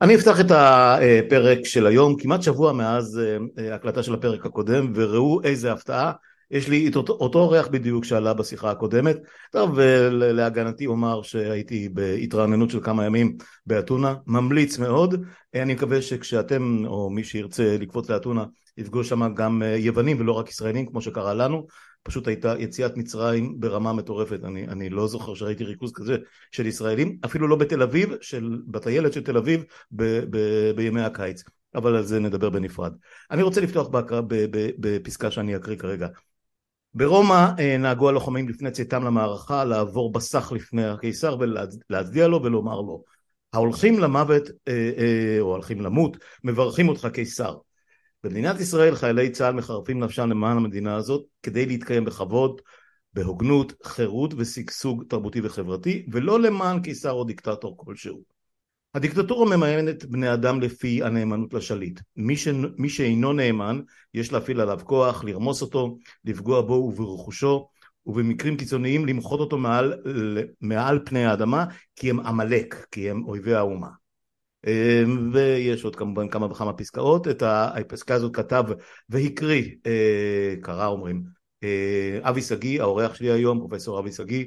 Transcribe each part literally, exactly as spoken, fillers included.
אני אפתח את הפרק של היום, כמעט שבוע מאז הקלטה של הפרק הקודם, וראו איזה הפתעה, יש לי את אותו, אותו אורח בדיוק שעלה בשיחה הקודמת. טוב, ולהגנתי אומר שהייתי בהתרעננות של כמה ימים באתונה, ממליץ מאוד. אני מקווה שכשאתם או מי שירצה לקפוץ לאתונה יפגוש שם גם יוונים ולא רק ישראלים כמו שקרה לנו. פשוט הייתה יציאת מצרים ברמה מטורפת. אני, אני לא זוכר שראיתי ריכוז כזה של ישראלים, אפילו לא בתל אביב, של בטיילת של תל אביב ב, ב, בימי הקיץ, אבל על זה נדבר בנפרד. אני רוצה לפתוח בהקרא, ב, ב, בפסקה שאני אקריא כרגע. ברומא נהגו הלוחמים לפני צאתם למערכה לעבור בסך לפני הקיסר ולהצדיע לו ולומר לו, ההולכים למוות או הולכים למות מברכים אותך קיסר. במדינת ישראל חיילי צה"ל מחרפים נפשם למען המדינה הזאת כדי להתקיים בכבוד, בהוגנות, חירות ושגשוג תרבותי וחברתי, ולא למען קיסר או דיקטטור כלשהו. הדיקטטורה ממיינת בני אדם לפי הנאמנות לשליט. מי, ש... מי שאינו נאמן יש להפעיל עליו כוח, לרמוס אותו, לפגוע בו וברכושו, ובמקרים קיצוניים למחות אותו מעל, מעל פני האדמה, כי הם עמלק, כי הם אויבי האומה. ויש עוד כמובן כמה וכמה פסקאות. את הפסקה הזאת כתב והקריא, קרא אומרים, אבי סגי, האורח שלי היום, פרופסור אבי סגי,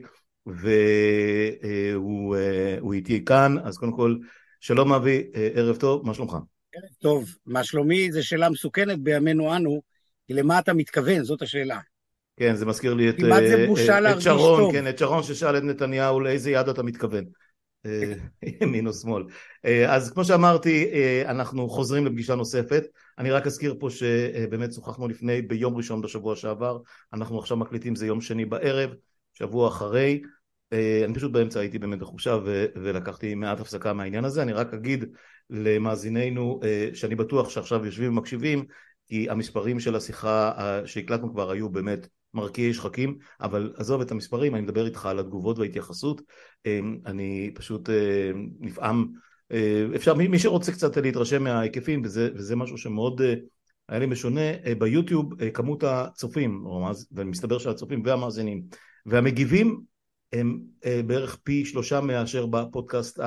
והוא איתי כאן. אז קודם כל, שלום אבי, ערב טוב, מה שלומך? ערב טוב, מה שלומי? זו שאלה מסוכנת בימינו אנו, כי למה אתה מתכוון? זאת השאלה. כן, זה מזכיר לי את, כמעט זה בושה את להרגיש שרון, טוב. כן, את שרון ששאל את נתניהו לאיזה יד אתה מתכוון, ימין או שמאל. אז כמו שאמרתי, אנחנו חוזרים לפגישה נוספת. אני רק אזכיר פה שבאמת שוחחנו לפני ביום ראשון בשבוע שעבר, אנחנו עכשיו מקליטים, זה יום שני בערב, שבוע אחרי. אני פשוט באמצע הייתי באמת בחופשה ולקחתי מעט הפסקה מהעניין הזה. אני רק אגיד למאזינינו שאני בטוח שעכשיו יושבים ומקשיבים, כי המספרים של השיחה שהקלטנו כבר היו באמת מרקיעי שחקים, אבל עזוב את המספרים, אני מדבר איתך על התגובות וההתייחסות. אני פשוט נפעם. אפשר, מי שרוצה קצת להתרשם מההיקפים, וזה, וזה משהו שמאוד היה לי משונה, ביוטיוב כמות הצופים, ומסתבר שהצופים והמאזינים והמגיבים הם בערך פי שלושה מאשר בפודקאסט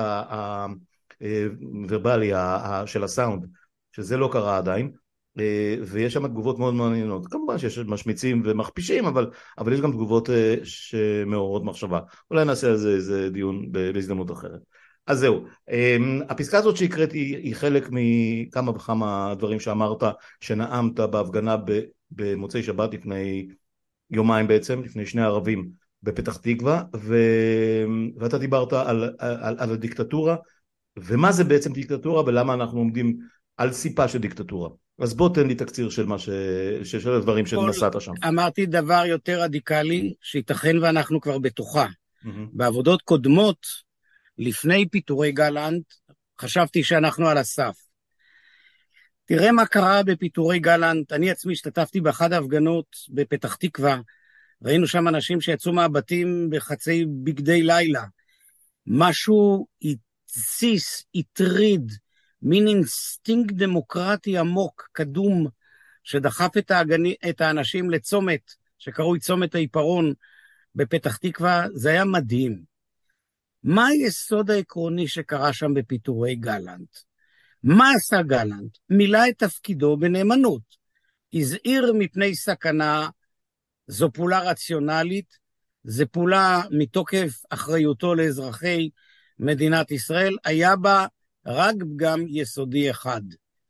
הוורבלי של הסאונד, שזה לא קרה עדיין. ויש שם תגובות מאוד מעניינות. כמובן שיש משמיצים ומכפישים, אבל, אבל יש גם תגובות שמעוררות מחשבה. אולי נעשה על זה איזה דיון בהזדמנות אחרת. אז זהו, הפסקה הזאת שהקראתי היא חלק מכמה וכמה דברים שאמרת, שנאמת בהפגנה במוצאי שבת לפני יומיים בעצם, לפני שני ערבים בפתח תקווה, ו... ואתה דיברת על, על, על הדיקטטורה, ומה זה בעצם דיקטטורה ולמה אנחנו עומדים על סיפה של דיקטטורה. אז בוא תן לי תקציר של מה ש... של הדברים שנסעת שם. אמרתי דבר יותר רדיקלי, שיתכן ואנחנו כבר בתוכה. Mm-hmm. בעבודות קודמות, לפני פיטורי גלנט, חשבתי שאנחנו על הסף. תראה מה קרה בפיטורי גלנט. אני עצמי השתתפתי באחד ההפגנות בפתח תקווה, ראינו שם אנשים שיצאו מהבתים בחצי בגדי לילה. משהו התסיס, התריד, מין אינסטינקט דמוקרטי עמוק, קדום, שדחף את, האגני, את האנשים לצומת, שקראו צומת העיפרון בפתח תקווה. זה היה מדהים. מה היסוד העקרוני שקרה שם בפיטורי גלנט? מה עשה גלנט? מילא את תפקידו בנאמנות. הזהיר מפני סכנה, זו פעולה רציונלית, זו פעולה מתוקף אחריותו לאזרחי מדינת ישראל, היה בה רק פגם יסודי אחד.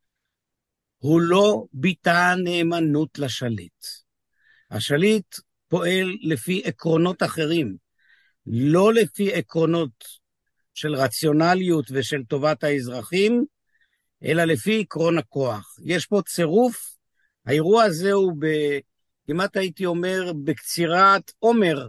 הוא לא ביטא נאמנות לשליט. השליט פועל לפי עקרונות אחרים, לא לפי עקרונות של רציונליות ושל טובת האזרחים, אלא לפי עקרון הכוח. יש פה צירוף, האירוע הזה הוא ב... כמעט הייתי אומר בקצירת עומר,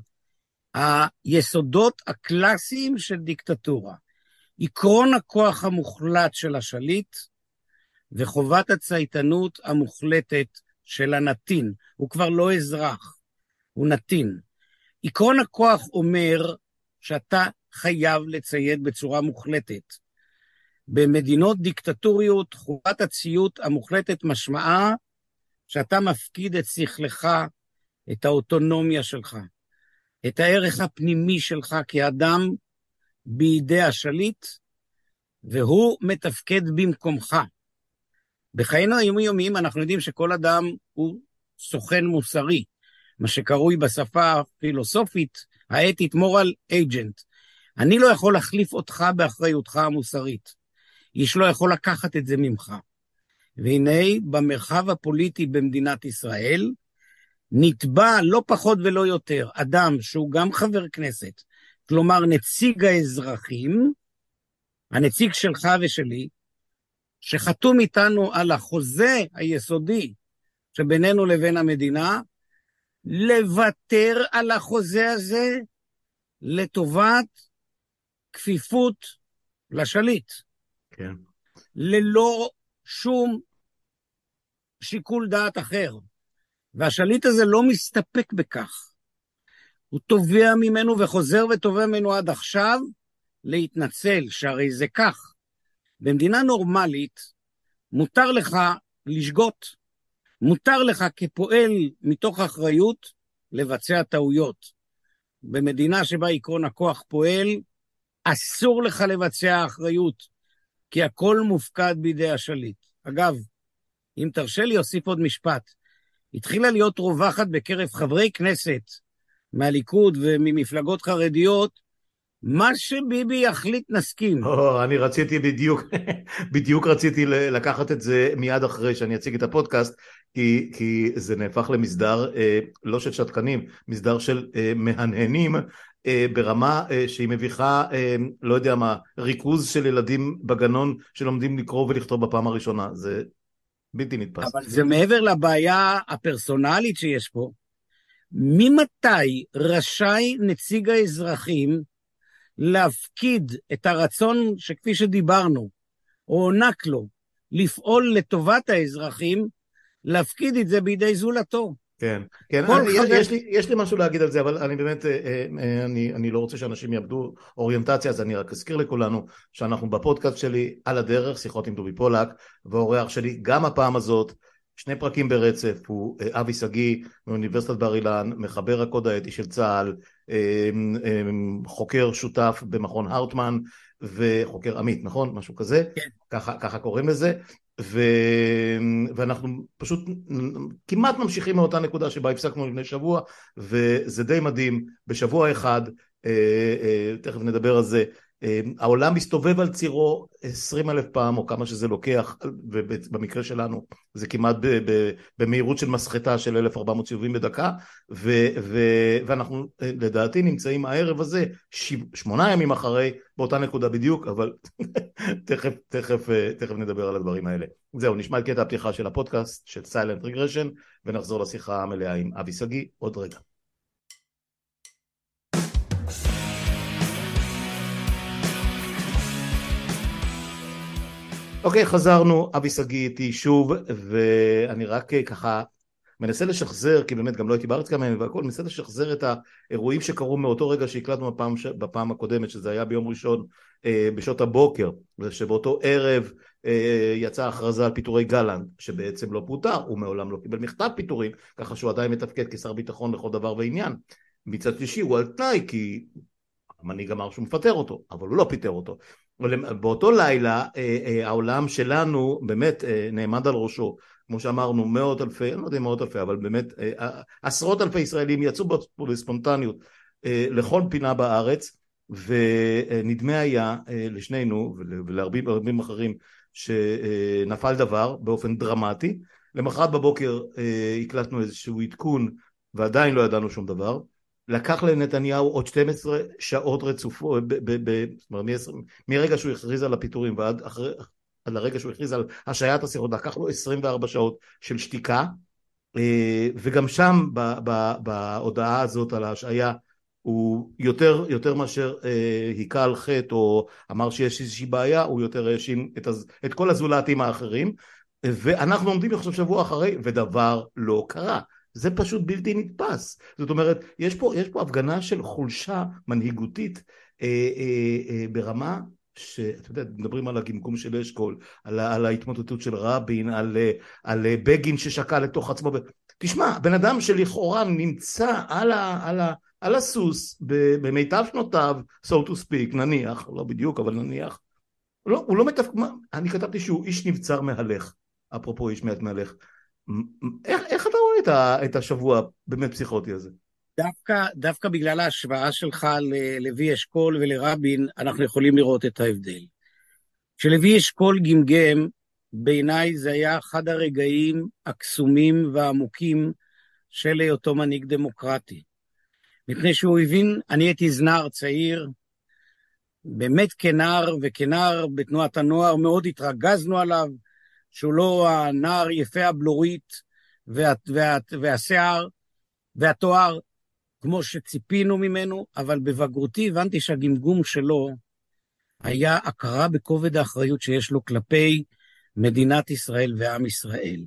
היסודות הקלאסיים של דיקטטורה. עקרון הכוח המוחלט של השליט, וחובת הצייתנות המוחלטת של הנתין. הוא כבר לא אזרח, הוא נתין. עקרון הכוח אומר שאתה חייב לציית בצורה מוחלטת. במדינות דיקטטוריות, חובת הציות המוחלטת משמעה, שאתה מפקיד את שכלך, את האוטונומיה שלך, את הערך הפנימי שלך כאדם בידי השליט, והוא מתפקד במקומך. בחיינו היומיומיים אנחנו יודעים שכל אדם הוא סוכן מוסרי, מה שקרוי בשפה הפילוסופית, האתית, moral agent. אני לא יכול להחליף אותך באחריותך המוסרית. איש לא יכול לקחת את זה ממך. והנה במרחב הפוליטי במדינת ישראל, נתבע לא פחות ולא יותר, אדם שהוא גם חבר כנסת, כלומר נציג האזרחים, הנציג שלך ושלי, שחתום איתנו על החוזה היסודי שבינינו לבין המדינה, לוותר על החוזה הזה לטובת כפיפות לשליט. כן. ללא שום שיקול דעת אחר. והשליט הזה לא מסתפק בכך. הוא תובע ממנו וחוזר ותובע ממנו עד עכשיו להתנצל, שהרי זה כך. במדינה נורמלית מותר לך לשגות. מותר לך כפועל מתוך אחריות לבצע טעויות. במדינה שבה עקרון הכוח פועל, אסור לך לבצע אחריות, כי הכל מופקד בידי השליט. אגב, אם תרשה לי אוסיף עוד משפט, התחילה להיות רווחת בקרב חברי כנסת מהליכוד וממפלגות חרדיות, מה שביבי יחליט נסכים. או, אני רציתי בדיוק, בדיוק רציתי לקחת את זה מיד אחרי שאני אציג את הפודקאסט, כי, כי זה נהפך למסדר, אה, לא של שתקנים, מסדר של אה, מהנהנים, אה, ברמה אה, שהיא מביכה, אה, לא יודע מה, ריכוז של ילדים בגנון שלומדים לקרוא ולכתוב בפעם הראשונה. זה בלתי נתפס. אבל זה מעבר לבעיה הפרסונלית שיש פה. ממתי רשאי נציג האזרחים להפקיד את הרצון שכפי שדיברנו, או עונק לו, לפעול לטובת האזרחים, להפקיד את זה בידי זולתו? כן, כן, אני, חבר... יש, לי, יש לי משהו להגיד על זה, אבל אני באמת, אני, אני לא רוצה שאנשים יאבדו אוריינטציה, אז אני רק אזכיר לכולנו שאנחנו בפודקאסט שלי על הדרך, שיחות עם דובי פולק, והאורח שלי גם הפעם הזאת, שני פרקים ברצף, הוא אבי סגי מאוניברסיטת בר אילן, מחבר הקוד האתי של צה"ל, חוקר שותף במכון הרטמן, וחוקר עמית, נכון? משהו כזה? כן. ככה, ככה קוראים לזה. ו... ואנחנו פשוט כמעט ממשיכים מאותה נקודה שבה הפסקנו לפני שבוע, וזה די מדהים. בשבוע אחד, תכף נדבר על זה, העולם מסתובב על צירו עשרים אלף פעם, או כמה שזה לוקח, ובמקרה שלנו זה כמעט במהירות של מסחטה של אלף וארבע מאות סיבובים בדקה, ו- ו- ואנחנו לדעתי נמצאים הערב הזה, שמונה ימים אחרי, באותה נקודה בדיוק, אבל תכף, תכף, תכף נדבר על הדברים האלה. זהו, נשמע את קטע הפתיחה של הפודקאסט של Silent Regression, ונחזור לשיחה המלאה עם אבי סגי עוד רגע. אוקיי, חזרנו, אבי סגי איתי שוב, ואני רק ככה מנסה לשחזר, כי באמת גם לא הייתי בארץ כמה ימים והכל, מנסה לשחזר את האירועים שקרו מאותו רגע שהקלטנו בפעם, בפעם הקודמת, שזה היה ביום ראשון אה, בשעות הבוקר, ושבאותו ערב אה, יצאה הכרזה על פיטורי גלנט, שבעצם לא פוטר, הוא מעולם לא קיבל מכתב פיטורים, ככה שהוא עדיין מתפקד כשר ביטחון לכל דבר ועניין. מצד שלישי הוא על תנאי, כי המנהיג אמר שהוא מפטר אותו, אבל הוא לא פיטר אותו. באותו לילה העולם שלנו באמת נעמד על ראשו, כמו שאמרנו, מאות אלפי, אני לא יודע מאות אלפי, אבל באמת עשרות אלפי ישראלים יצאו בספונטניות לכל פינה בארץ, ונדמה היה לשנינו ולהרבים רבים אחרים שנפל דבר באופן דרמטי. למחרת בבוקר הקלטנו איזשהו עדכון ועדיין לא ידענו שום דבר. לקח לנתניהו עוד שתים עשרה שעות רצופות, מרגע שהוא הכריז על הפיטורים ועד אחרי, עד הרגע שהוא הכריז על השעיית השיחות, לקח לו עשרים וארבע שעות של שתיקה, וגם שם בהודעה הזאת על השעיה, הוא יותר, יותר מאשר היכה על חטא או אמר שיש איזושהי בעיה, הוא יותר האשים את, את כל הזולתים האחרים, ואנחנו עומדים עכשיו שבוע אחרי, ודבר לא קרה. זה פשוט בלתי נתפס. זאת אומרת, יש פה, יש פה הפגנה של חולשה מנהיגותית אה, אה, אה, ברמה שאתה יודע, מדברים על הגמגום של אשכול, על, על ההתמוטטות של רבין, על, על בגין ששקע לתוך עצמו. תשמע, בן אדם שלכאורה נמצא על, ה, על, ה, על הסוס במיטב שנותיו, so to speak, נניח, לא בדיוק, אבל נניח, לא, הוא לא מתפקד, אני כתבתי שהוא איש נבצר מהלך, אפרופו איש מעט מהלך. איך, איך אתה רואה את, ה, את השבוע באמת פסיכוטי הזה? דווקא, דווקא בגלל ההשוואה שלך ללוי אשכול ולרבין, אנחנו יכולים לראות את ההבדל. כשלוי אשכול גמגם, בעיניי זה היה אחד הרגעים הקסומים והעמוקים של היותו מנהיג דמוקרטי. מפני שהוא הבין, אני הייתי זנר צעיר, באמת כנער וכנער בתנועת הנוער, מאוד התרגזנו עליו, שהוא לא הנער יפה הבלורית וה, וה, והשיער והתואר, כמו שציפינו ממנו, אבל בבגרותי הבנתי שהגמגום שלו היה הכרה בכובד האחריות שיש לו כלפי מדינת ישראל ועם ישראל.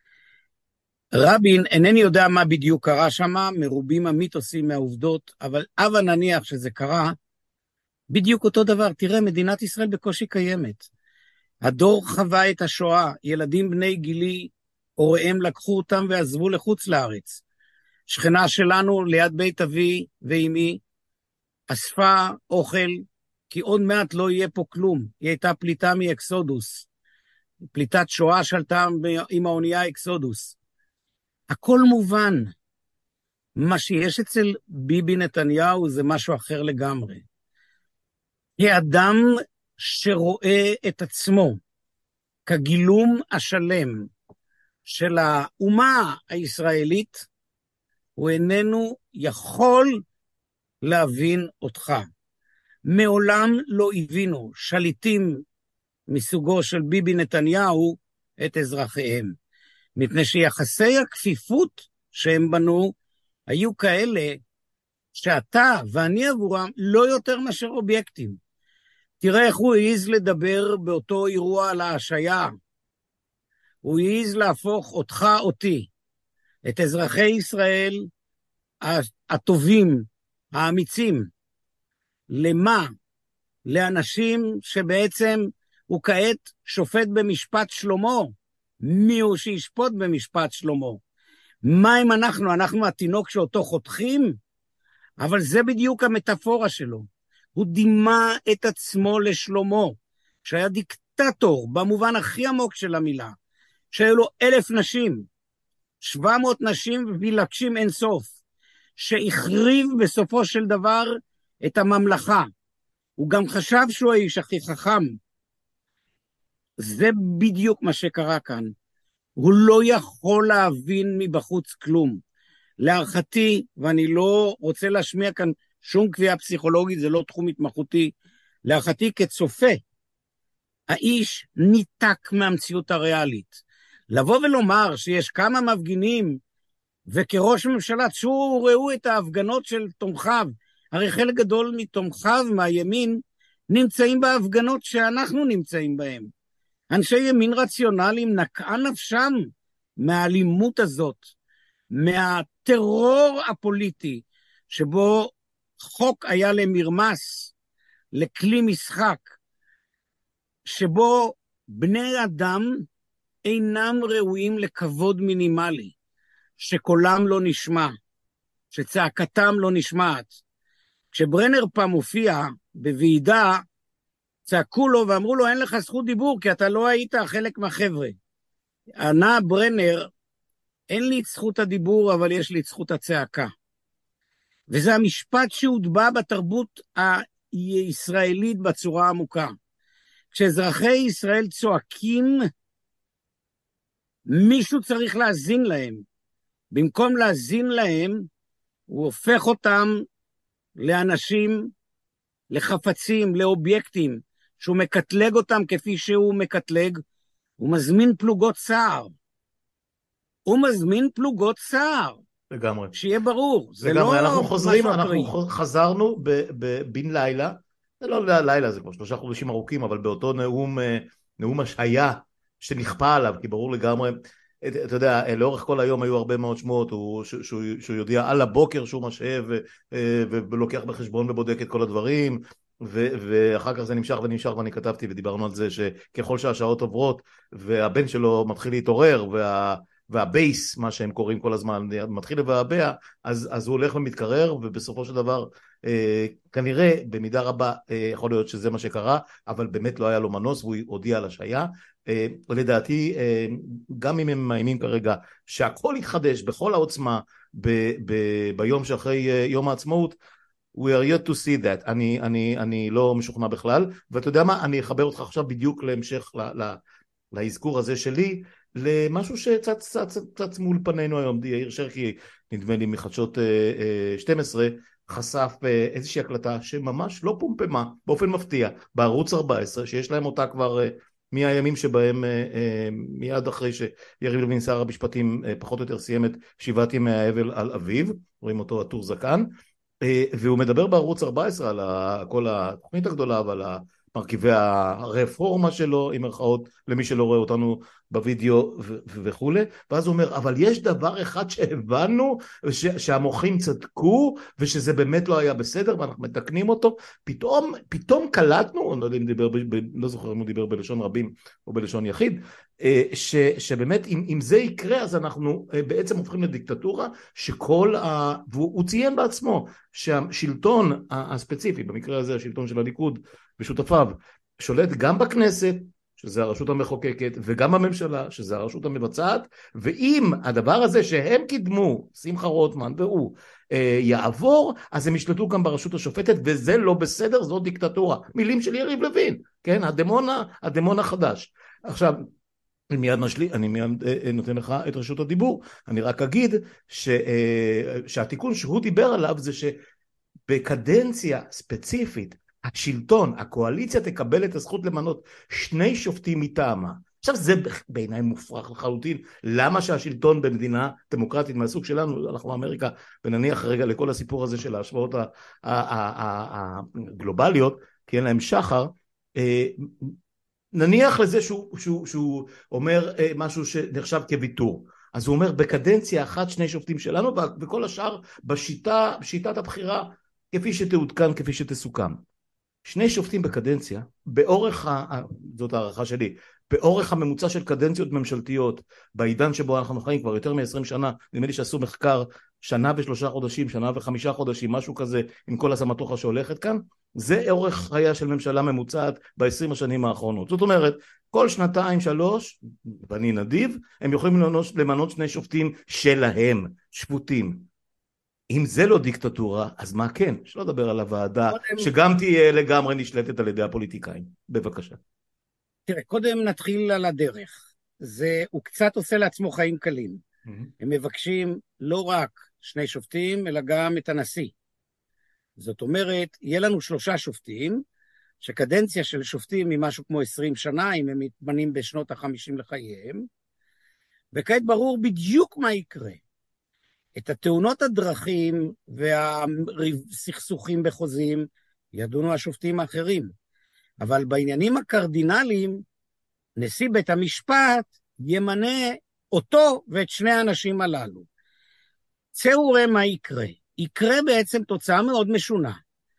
רבין, אינני יודע מה בדיוק קרה שם, מרובים המיתוסים מהעובדות, אבל הבה נניח שזה קרה, בדיוק אותו דבר. תראה, מדינת ישראל בקושי קיימת. הדור חווה את השואה, ילדים בני גילי, הוריהם לקחו אותם ועזבו לחוץ לארץ. שכנה שלנו ליד בית אבי ואימי, אספה אוכל, כי עוד מעט לא יהיה פה כלום. היא הייתה פליטה מאקסודוס. פליטת שואה שלטה עם האונייה אקסודוס. הכל מובן. מה שיש אצל ביבי נתניהו זה משהו אחר לגמרי. כאדם שרואה את עצמו כגילום השלם של האומה הישראלית, הוא איננו יכול להבין אותך. מעולם לא הבינו שליטים מסוגו של ביבי נתניהו את אזרחיהם. מפני שיחסי הכפיפות שהם בנו היו כאלה שאתה ואני עבורם לא יותר מאשר אובייקטים. תראה איך הוא העיז לדבר באותו אירוע על ההשעיה. הוא העיז להפוך אותך אותי, את אזרחי ישראל הטובים, האמיצים, למה? לאנשים שבעצם הוא כעת שופט במשפט שלמה. מי הוא שישפוט במשפט שלמה? מה אם אנחנו? אנחנו התינוק שאותו חותכים? אבל זה בדיוק המטאפורה שלו. הוא דימה את עצמו לשלמה, שהיה דיקטטור במובן הכי עמוק של המילה, שהיו לו אלף נשים, שבע מאות נשים וילקשים אין סוף, שהחריב בסופו של דבר את הממלכה. הוא גם חשב שהוא האיש הכי חכם. זה בדיוק מה שקרה כאן. הוא לא יכול להבין מבחוץ כלום. להערכתי, ואני לא רוצה להשמיע כאן שום קביעה פסיכולוגית, זה לא תחום התמחותי, להערכתי כצופה, האיש ניתק מהמציאות הריאלית. לבוא ולומר שיש כמה מפגינים, וכראש ממשלה, צאו ראו את ההפגנות של תומכיו, הרי חלק גדול מתומכיו מהימין, נמצאים בהפגנות שאנחנו נמצאים בהם. אנשי ימין רציונליים נקעה נפשם מהאלימות הזאת, מהטרור הפוליטי, שבו חוק היה למרמס, לכלי משחק, שבו בני אדם אינם ראויים לכבוד מינימלי, שקולם לא נשמע, שצעקתם לא נשמעת. כשברנר פעם הופיע בוועידה, צעקו לו ואמרו לו, אין לך זכות דיבור, כי אתה לא היית חלק מהחבר'ה. ענה ברנר, אין לי את זכות הדיבור, אבל יש לי את זכות הצעקה. וזה המשפט שהוטבע בתרבות הישראלית בצורה עמוקה. כשאזרחי ישראל צועקים, מישהו צריך להזין להם. במקום להזין להם, הוא הופך אותם לאנשים, לחפצים, לאובייקטים, שהוא מקטלג אותם כפי שהוא מקטלג, הוא מזמין פלוגות סער. הוא מזמין פלוגות סער. לגמרי. שיהיה ברור. זה לגמרי, לא אנחנו חוזרים, משהו אנחנו אחרי. חזרנו בן לילה, זה לא לילה, זה כבר שלושה חודשים ארוכים, אבל באותו נאום, נאום השהיה שנכפה עליו, כי ברור לגמרי, אתה יודע, לאורך כל היום היו הרבה מאוד שמות, הוא, שהוא, שהוא יודיע על הבוקר שהוא משהה ו, ולוקח בחשבון ובודק את כל הדברים, ו, ואחר כך זה נמשך ונמשך, ואני כתבתי ודיברנו על זה שככל שהשעות עוברות, והבן שלו מתחיל להתעורר, וה, והבייס, מה שהם קוראים כל הזמן, מתחיל לבעבע, אז, אז הוא הולך ומתקרר, ובסופו של דבר, אה, כנראה, במידה רבה, אה, יכול להיות שזה מה שקרה, אבל באמת לא היה לו מנוס, והוא הודיע על השעיה. אה, לדעתי, אה, גם אם הם מאיימים כרגע, שהכל יתחדש בכל העוצמה, ב, ב, ביום שאחרי אה, יום העצמאות, we are yet to see that, אני, אני, אני לא משוכנע בכלל, ואתה יודע מה, אני אחבר אותך עכשיו בדיוק להמשך, ל, ל, להזכור הזה שלי, למשהו שצץ צץ, צץ מול פנינו היום. יאיר שרקי, נדמה לי מחדשות שתים עשרה, חשף איזושהי הקלטה שממש לא פומפמה, באופן מפתיע, בערוץ ארבע עשרה, שיש להם אותה כבר מהימים שבהם, מיד אחרי שיריב לוין שר המשפטים פחות או יותר סיים את שבעת ימי האבל על אביו, רואים אותו עטור זקן, והוא מדבר בערוץ ארבע עשרה על כל התוכנית הגדולה ועל מרכיבי הרפורמה שלו, עם מרכאות למי שלא רואה אותנו בווידאו וכו'. ואז הוא אומר, אבל יש דבר אחד שהבנו, שהמוחים צדקו, ושזה באמת לא היה בסדר, ואנחנו מתקנים אותו. פתאום, פתאום קלטנו, לא יודע אם דיבר, לא זוכר אם הוא דיבר בלשון רבים או בלשון יחיד, ש, שבאמת אם, אם זה יקרה, אז אנחנו בעצם הופכים לדיקטטורה, שכל ה... והוא ציין בעצמו, שהשלטון הספציפי, במקרה הזה השלטון של הליכוד ושותפיו, שולט גם בכנסת, שזה הרשות המחוקקת, וגם בממשלה, שזה הרשות המבצעת, ואם הדבר הזה שהם קידמו, שמחה רוטמן והוא, יעבור, אז הם ישלטו גם ברשות השופטת, וזה לא בסדר, זו דיקטטורה. מילים של יריב לוין, כן? הדמון, הדמון החדש. עכשיו, אני מיד משלי, אני מיד נותן לך את רשות הדיבור. אני רק אגיד ש, שהתיקון שהוא דיבר עליו זה שבקדנציה ספציפית, השלטון, הקואליציה תקבל את הזכות למנות שני שופטים מטעמה. עכשיו זה בעיניי מופרך לחלוטין. למה שהשלטון במדינה דמוקרטית מהסוג שלנו, אנחנו באמריקה, ונניח רגע לכל הסיפור הזה של ההשוואות הגלובליות, כי אין להם שחר, נניח לזה שהוא, שהוא, שהוא אומר משהו שנחשב כוויתור. אז הוא אומר בקדנציה אחת שני שופטים שלנו, וכל השאר בשיטה, בשיטת הבחירה, כפי שתעודכן, כפי שתסוכם. שני שופטים בקדנציה, באורך, ה... זאת הערכה שלי, באורך הממוצע של קדנציות ממשלתיות, בעידן שבו אנחנו חיים כבר יותר מ-עשרים שנה, נדמה לי שעשו מחקר שנה ושלושה חודשים, שנה וחמישה חודשים, משהו כזה, עם כל הסמטוחה שהולכת כאן, זה אורך חייה של ממשלה ממוצעת ב-עשרים השנים האחרונות. זאת אומרת, כל שנתיים, שלוש, ואני נדיב, הם יכולים למנות שני שופטים שלהם, שפוטים. אם זה לא דיקטטורה, אז מה כן? שלא לדבר על הוועדה, שגם תהיה לגמרי נשלטת על ידי הפוליטיקאים. בבקשה. תראה, קודם נתחיל על הדרך. זה, הוא קצת עושה לעצמו חיים קלים. Mm-hmm. הם מבקשים לא רק שני שופטים, אלא גם את הנשיא. זאת אומרת, יהיה לנו שלושה שופטים, שקדנציה של שופטים היא משהו כמו עשרים שנה, אם הם מתמנים בשנות החמישים לחייהם, וכעת ברור בדיוק מה יקרה. את התאונות הדרכים והסכסוכים בחוזים ידונו השופטים האחרים. אבל בעניינים הקרדינליים, נשיא בית המשפט ימנה אותו ואת שני האנשים הללו. צאו ראה מה יקרה. יקרה בעצם תוצאה מאוד משונה.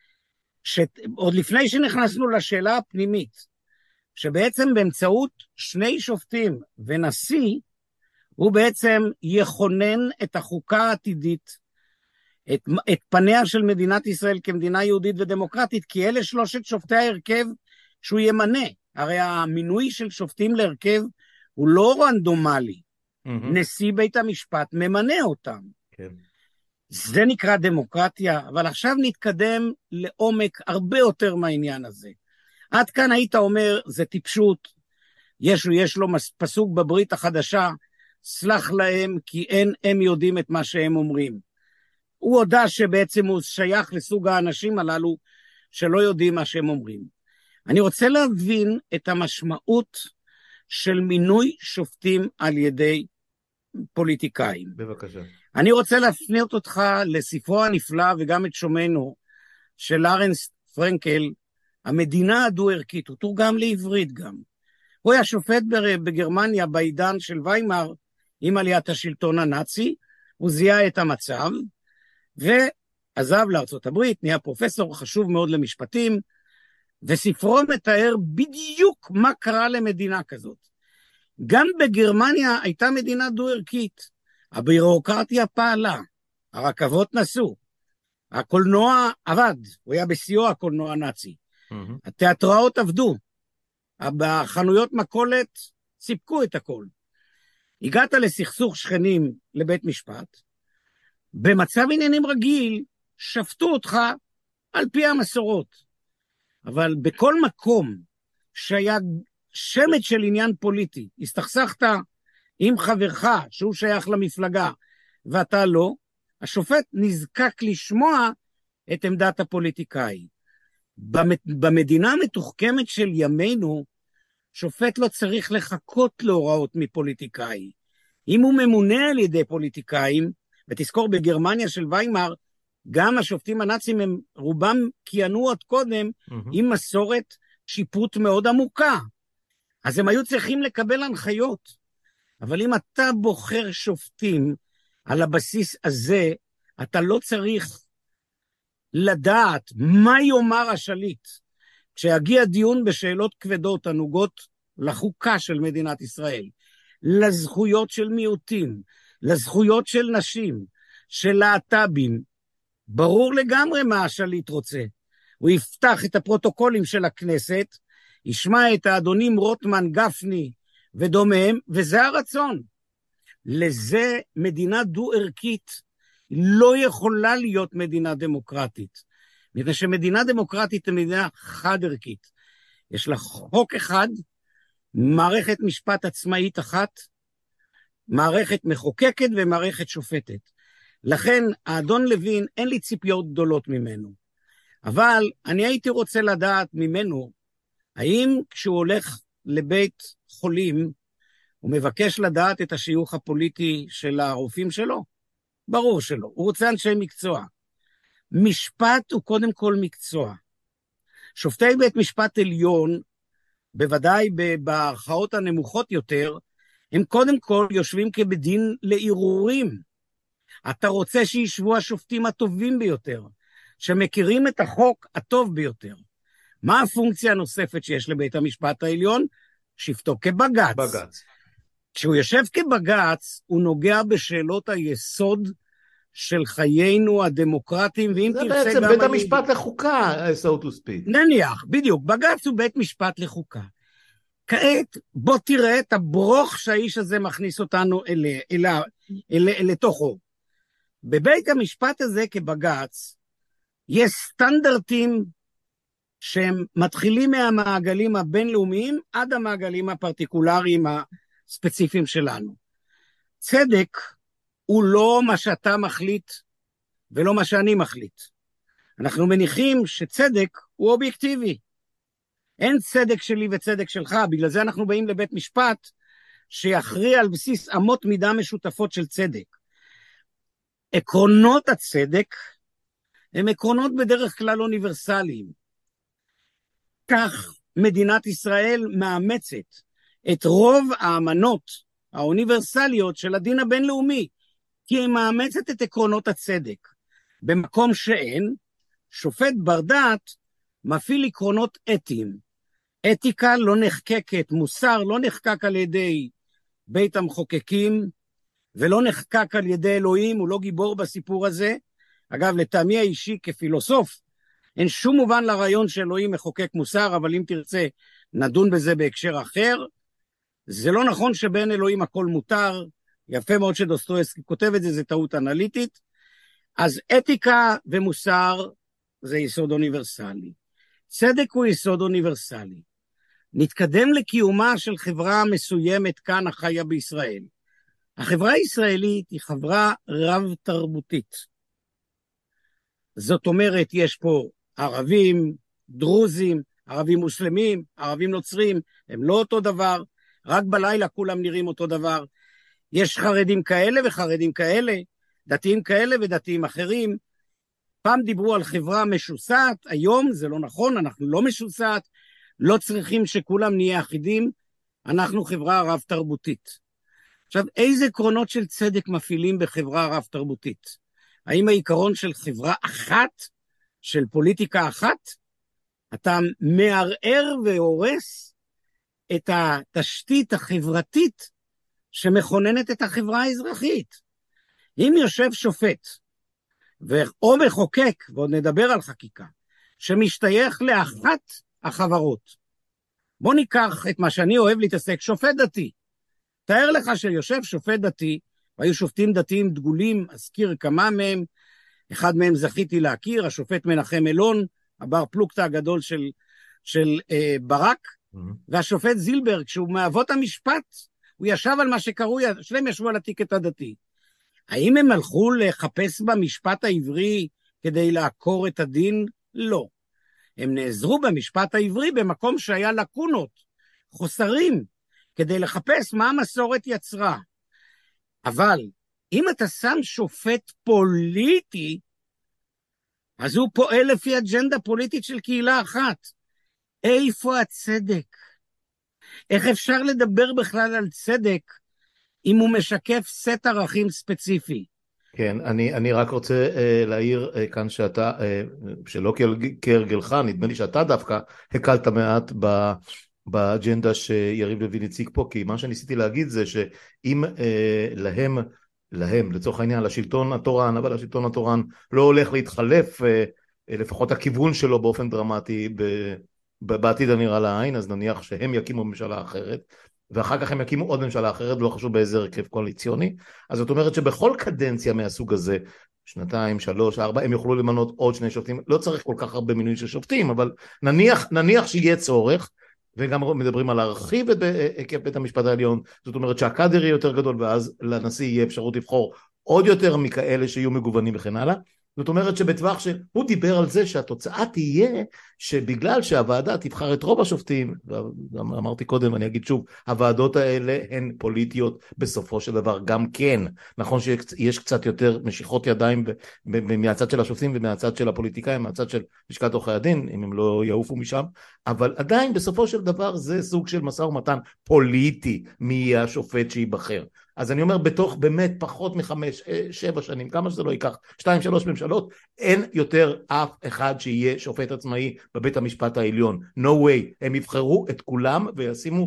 שעוד לפני שנכנסנו לשאלה הפנימית, שבעצם באמצעות שני שופטים ונשיא, הוא בעצם יכונן את החוקה העתידית, את, את פניה של מדינת ישראל כמדינה יהודית ודמוקרטית, כי אלה שלושת שופטי ההרכב שהוא ימנה. הרי המינוי של שופטים להרכב הוא לא רנדומלי. Mm-hmm. נשיא בית המשפט ממנה אותם. כן. זה נקרא דמוקרטיה, אבל עכשיו נתקדם לעומק הרבה יותר מהעניין הזה. עד כאן היית אומר, זה טיפשות, ישו יש לו פסוק בברית החדשה, סלח להם כי אין הם יודעים את מה שהם אומרים. הוא הודע שבעצם הוא שייך לסוג האנשים הללו שלא יודעים מה שהם אומרים. אני רוצה להבין את המשמעות של מינוי שופטים על ידי פוליטיקאים. בבקשה. אני רוצה להפנות אותך לספרו הנפלא וגם את שומנו של לרנס פרנקל, המדינה הדו-ערכית, הוא תורגם לעברית גם. הוא היה שופט בגרמניה בעידן של ויימאר, עם עליית השלטון הנאצי, הוא זיהה את המצב, ועזב לארצות הברית, נהיה פרופסור חשוב מאוד למשפטים, וספרו מתאר בדיוק מה קרה למדינה כזאת. גם בגרמניה הייתה מדינה דו-ערכית. הבירוקרטיה פעלה, הרכבות נסעו, הקולנוע עבד, הוא היה בסיוע הקולנוע הנאצי. Mm-hmm. התיאטראות עבדו, בחנויות מכולת סיפקו את הכל. הגעת לסכסוך שכנים לבית משפט, במצב עניינים רגיל, שפטו אותך על פי המסורות. אבל בכל מקום שהיה שמץ של עניין פוליטי, הסתכסכת עם חברך שהוא שייך למפלגה, ואתה לא, השופט נזקק לשמוע את עמדת הפוליטיקאי. במדינה המתוחכמת של ימינו, שופט לא צריך לחכות להוראות מפוליטיקאי. אם הוא ממונה על ידי פוליטיקאים, ותזכור בגרמניה של ויימאר, גם השופטים הנאצים הם רובם כיהנו עוד קודם, mm-hmm. עם מסורת שיפוט מאוד עמוקה. אז הם היו צריכים לקבל הנחיות. אבל אם אתה בוחר שופטים על הבסיס הזה, אתה לא צריך לדעת מה יאמר השליט. כשיגיע דיון בשאלות כבדות הנוגעות לחוקה של מדינת ישראל, לזכויות של מיעוטים, לזכויות של נשים, של להט"בים, ברור לגמרי מה השליט רוצה. הוא יפתח את הפרוטוקולים של הכנסת, ישמע את האדונים רוטמן, גפני ודומיהם, וזה הרצון. לזה מדינה דו-ערכית לא יכולה להיות מדינה דמוקרטית. מפני שמדינה דמוקרטית היא מדינה חד-ערכית. יש לה חוק אחד, מערכת משפט עצמאית אחת, מערכת מחוקקת ומערכת שופטת. לכן, האדון לוין, אין לי ציפיות גדולות ממנו. אבל אני הייתי רוצה לדעת ממנו, האם כשהוא הולך לבית חולים, הוא מבקש לדעת את השיוך הפוליטי של הרופאים שלו? ברור שלא. הוא רוצה אנשי מקצוע. משפט הוא קודם כל מקצוע. שופטי בית משפט עליון, בוודאי בערכאות הנמוכות יותר, הם קודם כל יושבים כבדין לערעורים. אתה רוצה שישבו השופטים הטובים ביותר, שמכירים את החוק הטוב ביותר. מה הפונקציה הנוספת שיש לבית המשפט העליון? שבתו כבגץ. בגץ. כשהוא יושב כבגץ, הוא נוגע בשאלות היסוד של חיינו הדמוקרטיים, ואם תרצה גם... זה בעצם בית המשפט לחוקה, so to speak. נניח, בדיוק, בגץ הוא בית משפט לחוקה. כעת, בוא תראה את הברוך שהאיש הזה מכניס אותנו אלה, אלה, אלה, אלה, לתוכו. בבית המשפט הזה כבגץ, יש סטנדרטים שהם מתחילים מהמעגלים הבינלאומיים עד המעגלים הפרטיקולריים הספציפיים שלנו. צדק הוא לא מה שאתה מחליט ולא מה שאני מחליט. אנחנו מניחים שצדק הוא אובייקטיבי. אין צדק שלי וצדק שלך, בגלל זה אנחנו באים לבית משפט שיכריע על בסיס אמות מידה משותפות של צדק. עקרונות הצדק הם עקרונות בדרך כלל אוניברסליים. כך מדינת ישראל מאמצת את רוב האמנות האוניברסליות של הדין הבינלאומי, כי היא מאמצת את עקרונות הצדק. במקום שאין, שופט בר דעת מפעיל עקרונות אתיים. אתיקה לא נחקקת, מוסר לא נחקק על ידי בית המחוקקים, ולא נחקק על ידי אלוהים, הוא לא גיבור בסיפור הזה. אגב, לטעמי האישי כפילוסוף, אין שום מובן לרעיון שאלוהים מחוקק מוסר, אבל אם תרצה, נדון בזה בהקשר אחר. זה לא נכון שבין אלוהים הכל מותר, יפה מאוד שדוסטויבסקי כותב את זה, זה טעות אנליטית. אז אתיקה ומוסר זה יסוד אוניברסלי. צדק הוא יסוד אוניברסלי. נתקדם לקיומה של חברה מסוימת כאן החיה בישראל. החברה הישראלית היא חברה רב-תרבותית. זאת אומרת, יש פה ערבים, דרוזים, ערבים מוסלמים, ערבים נוצרים, הם לא אותו דבר, רק בלילה כולם נראים אותו דבר. יש חרדים כאלה וחרדים כאלה, דתיים כאלה ודתיים אחרים. פעם דיברו על חברה משוסעת, היום זה לא נכון, אנחנו לא משוסעת, לא צריכים שכולם נהיה אחידים, אנחנו חברה רב-תרבותית. עכשיו, איזה עקרונות של צדק מפעילים בחברה רב-תרבותית? האם העיקרון של חברה אחת, של פוליטיקה אחת, אתה מערער והורס את התשתית החברתית שמכוננת את החברה האזרחית. אם יושב שופט, או מחוקק, ועוד נדבר על חקיקה, שמשתייך לאחת החברות, בוא ניקח את מה שאני אוהב להתעסק, שופט דתי. תאר לך שיושב שופט דתי, והיו שופטים דתיים דגולים, אזכיר כמה מהם, אחד מהם זכיתי להכיר, השופט מנחם אלון, הבר פלוגתא הגדול של, של אה, ברק, mm-hmm. והשופט זילברג, שהוא מאבות המשפט, הוא ישב על מה שקראו, שלהם ישבו על הטיקט הדתי. האם הם הלכו לחפש במשפט העברי כדי לעקור את הדין? לא. הם נעזרו במשפט העברי במקום שהיה לקונות, חוסרים, כדי לחפש מה המסורת יצרה. אבל אם אתה שם שופט פוליטי, אז הוא פועל לפי אג'נדה פוליטית של קהילה אחת. איפה הצדק? איך אפשר לדבר בכלל על צדק אם הוא משקף סט ערכים ספציפי? כן, אני, אני רק רוצה אה, להעיר אה, כאן שאתה, אה, שלא כהרגלך, נדמה לי שאתה דווקא הקלת מעט ב, באג'נדה שיריב לוין הציג פה, כי מה שניסיתי להגיד זה שאם אה, להם, להם, לצורך העניין, לשלטון התורן, אבל השלטון התורן לא הולך להתחלף, אה, לפחות הכיוון שלו באופן דרמטי ב, ב, בעתיד הנראה לעין, אז נניח שהם יקימו ממשלה אחרת, ואחר כך הם יקימו עוד ממשלה אחרת, לא חשוב באיזה הרכב קואליציוני. אז זאת אומרת שבכל קדנציה מהסוג הזה, שנתיים, שלוש, ארבע, הם יוכלו למנות עוד שני שופטים, לא צריך כל כך הרבה מינוי של שופטים, אבל נניח, נניח שיהיה צורך, וגם מדברים על להרחיב את היקף בית המשפט העליון, זאת אומרת שהקאדר יהיה יותר גדול, ואז לנשיא יהיה אפשרות לבחור עוד יותר מכאלה שיהיו מגוונים וכן הלאה. זאת אומרת שבטווח שהוא דיבר על זה שהתוצאה תהיה שבגלל שהוועדה תבחר את רוב השופטים, ואמרתי קודם, אני אגיד שוב, הוועדות האלה הן פוליטיות בסופו של דבר גם כן. נכון שיש קצת יותר משיכות ידיים מהצד של השופטים ומהצד של הפוליטיקאים, מהצד של לשכת עורכי הדין, אם הם לא יעופו משם, אבל עדיין בסופו של דבר זה סוג של משא ומתן פוליטי מי יהיה השופט שיבחר. אז אני אומר, בתוך באמת פחות מחמש, שבע שנים, כמה שזה לא ייקח, שתיים, שלוש ממשלות, אין יותר אף אחד שיהיה שופט עצמאי בבית המשפט העליון. No way. הם יבחרו את כולם וישימו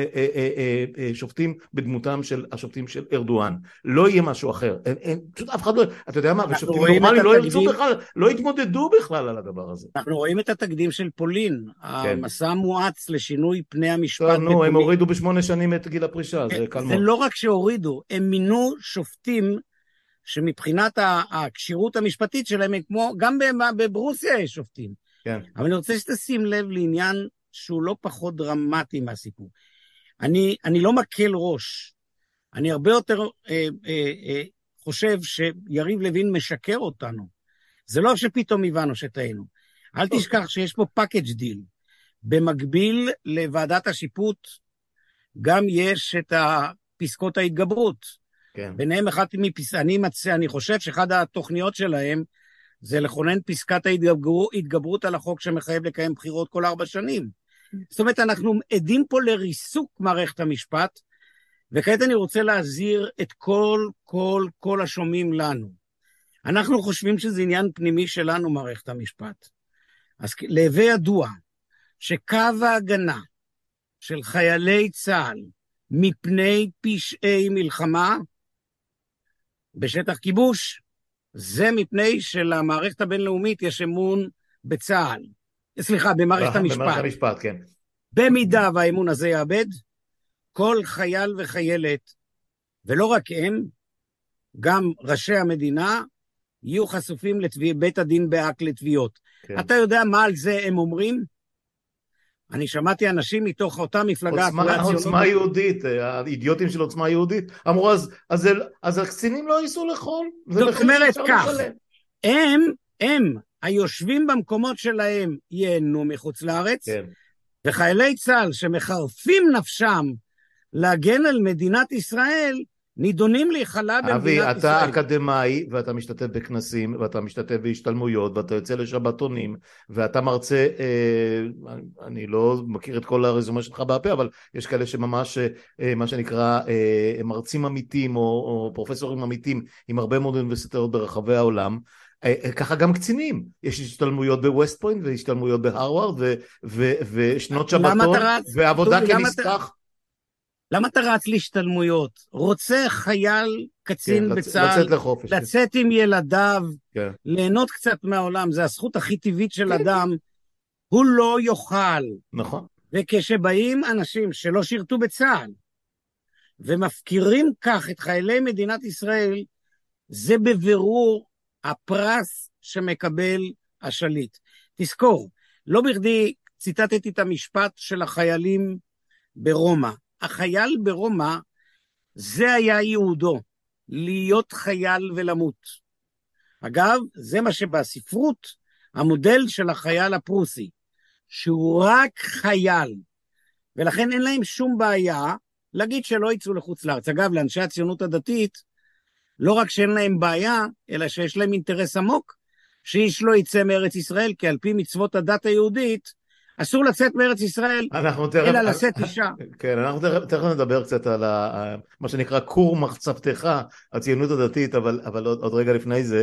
שופטים בדמותם של השופטים של ארדואן. לא יהיה משהו אחר. אין, אין, פשוט אף אחד לא, אתה יודע מה, ושופטים נורמליים לא ירצו בכלל, לא יתמודדו בכלל על הדבר הזה. אנחנו רואים את התקדים של פולין, המסע המואץ לשינוי פני המשפט. טוב, נו, הם הורידו בשמונה שנים את גיל הפרישה, זה קל מאוד. זה לא רק שהורידו, הם מינו שופטים שמבחינת הקשירות המשפטית שלהם, כמו גם בברוסיה יש שופטים. כן. אבל אני רוצה שתשים לב לעניין שהוא לא פחות דרמטי מהסיפור. אני, אני לא מקל ראש. אני הרבה יותר אה, אה, אה, חושב שיריב לוין משקר אותנו. זה לא שפתאום הבנו שטעינו. אל תשכח שיש פה פאקג' דיל. במקביל לוועדת השיפוט, גם יש את הפסקות ההתגברות. כן. ביניהם אחד מפס... אני מצא, אני חושב שאחד התוכניות שלהם, זה לכונן פסקת ההתגברות, התגברות על החוק שמחייב לקיים בחירות כל ארבע שנים. זאת אומרת, אנחנו עדים פה לריסוק מערכת המשפט, וכעת אני רוצה להזהיר את כל, כל, כל השומעים לנו. אנחנו חושבים שזה עניין פנימי שלנו, מערכת המשפט. אז להווה ידוע, שקו ההגנה של חיילי צה"ל, מפני פשעי מלחמה, בשטח כיבוש, זה מפני שלמערכת הבינלאומית יש אמון בצה"ל. סליחה, במערכת המשפט. במערכת המשפט, כן. במידה והאמון הזה יאבד, כל חייל וחיילת, ולא רק הם, גם ראשי המדינה, יהיו חשופים לבית הדין בהאג לתביעות. כן. אתה יודע מה על זה הם אומרים? אני שמעתי אנשים מתוך אותה מפלגה, עוצמה, עוצמה יהודית, האידיוטים של עוצמה יהודית, אמרו, אז, אז, אז הקצינים לא ייסעו לחול. זאת אומרת כך, הם, הם, היושבים במקומות שלהם, ייהנו מחוץ לארץ, כן. וחיילי צה"ל שמחרפים נפשם להגן על מדינת ישראל, נידונים להיכלה במדינת אבי, ישראל. אבי, אתה אקדמאי, ואתה משתתף בכנסים, ואתה משתתף בהשתלמויות, ואתה יוצא לשבתונים, ואתה מרצה, אה, אני לא מכיר את כל הרזומה שלך בפה, אבל יש כאלה שממש, אה, מה שנקרא, אה, מרצים אמיתים, או, או פרופסורים אמיתים, עם הרבה מאוד אוניברסיטאות ברחבי העולם, ככה גם קצינים, יש השתלמויות בווסט פוינט והשתלמויות בהרווארד ושנות שבתון ועבודה כנספח. למה אתה רץ להשתלמויות? רוצה חייל קצין כן, בצה"ל, לצאת לחופש. לצאת עם ילדיו, כן. ליהנות קצת מהעולם, זה הזכות הכי טבעית של כן. אדם, הוא לא יוכל. נכון. וכשבאים אנשים שלא שירתו בצה"ל, ומפקירים כך את חיילי מדינת ישראל, זה בבירור הפרס שמקבל השליט. תזכור, לא בכדי ציטטתי את המשפט של החיילים ברומא. החייל ברומא, זה היה ייעודו, להיות חייל ולמות. אגב, זה מה שבספרות, המודל של החייל הפרוסי, שהוא רק חייל, ולכן אין להם שום בעיה להגיד שלא יצאו לחוץ לארץ. אגב, לאנשי הציונות הדתית, לא רק שאין להם בעיה, אלא שיש להם אינטרס עמוק, שאיש לא יצא מארץ ישראל, כי על פי מצוות הדת היהודית, אסור לצאת מארץ ישראל, אלא לשאת אישה. כן, אנחנו תכף נדבר קצת על מה שנקרא כור מחצבתך, הציונות הדתית, אבל עוד רגע לפני זה,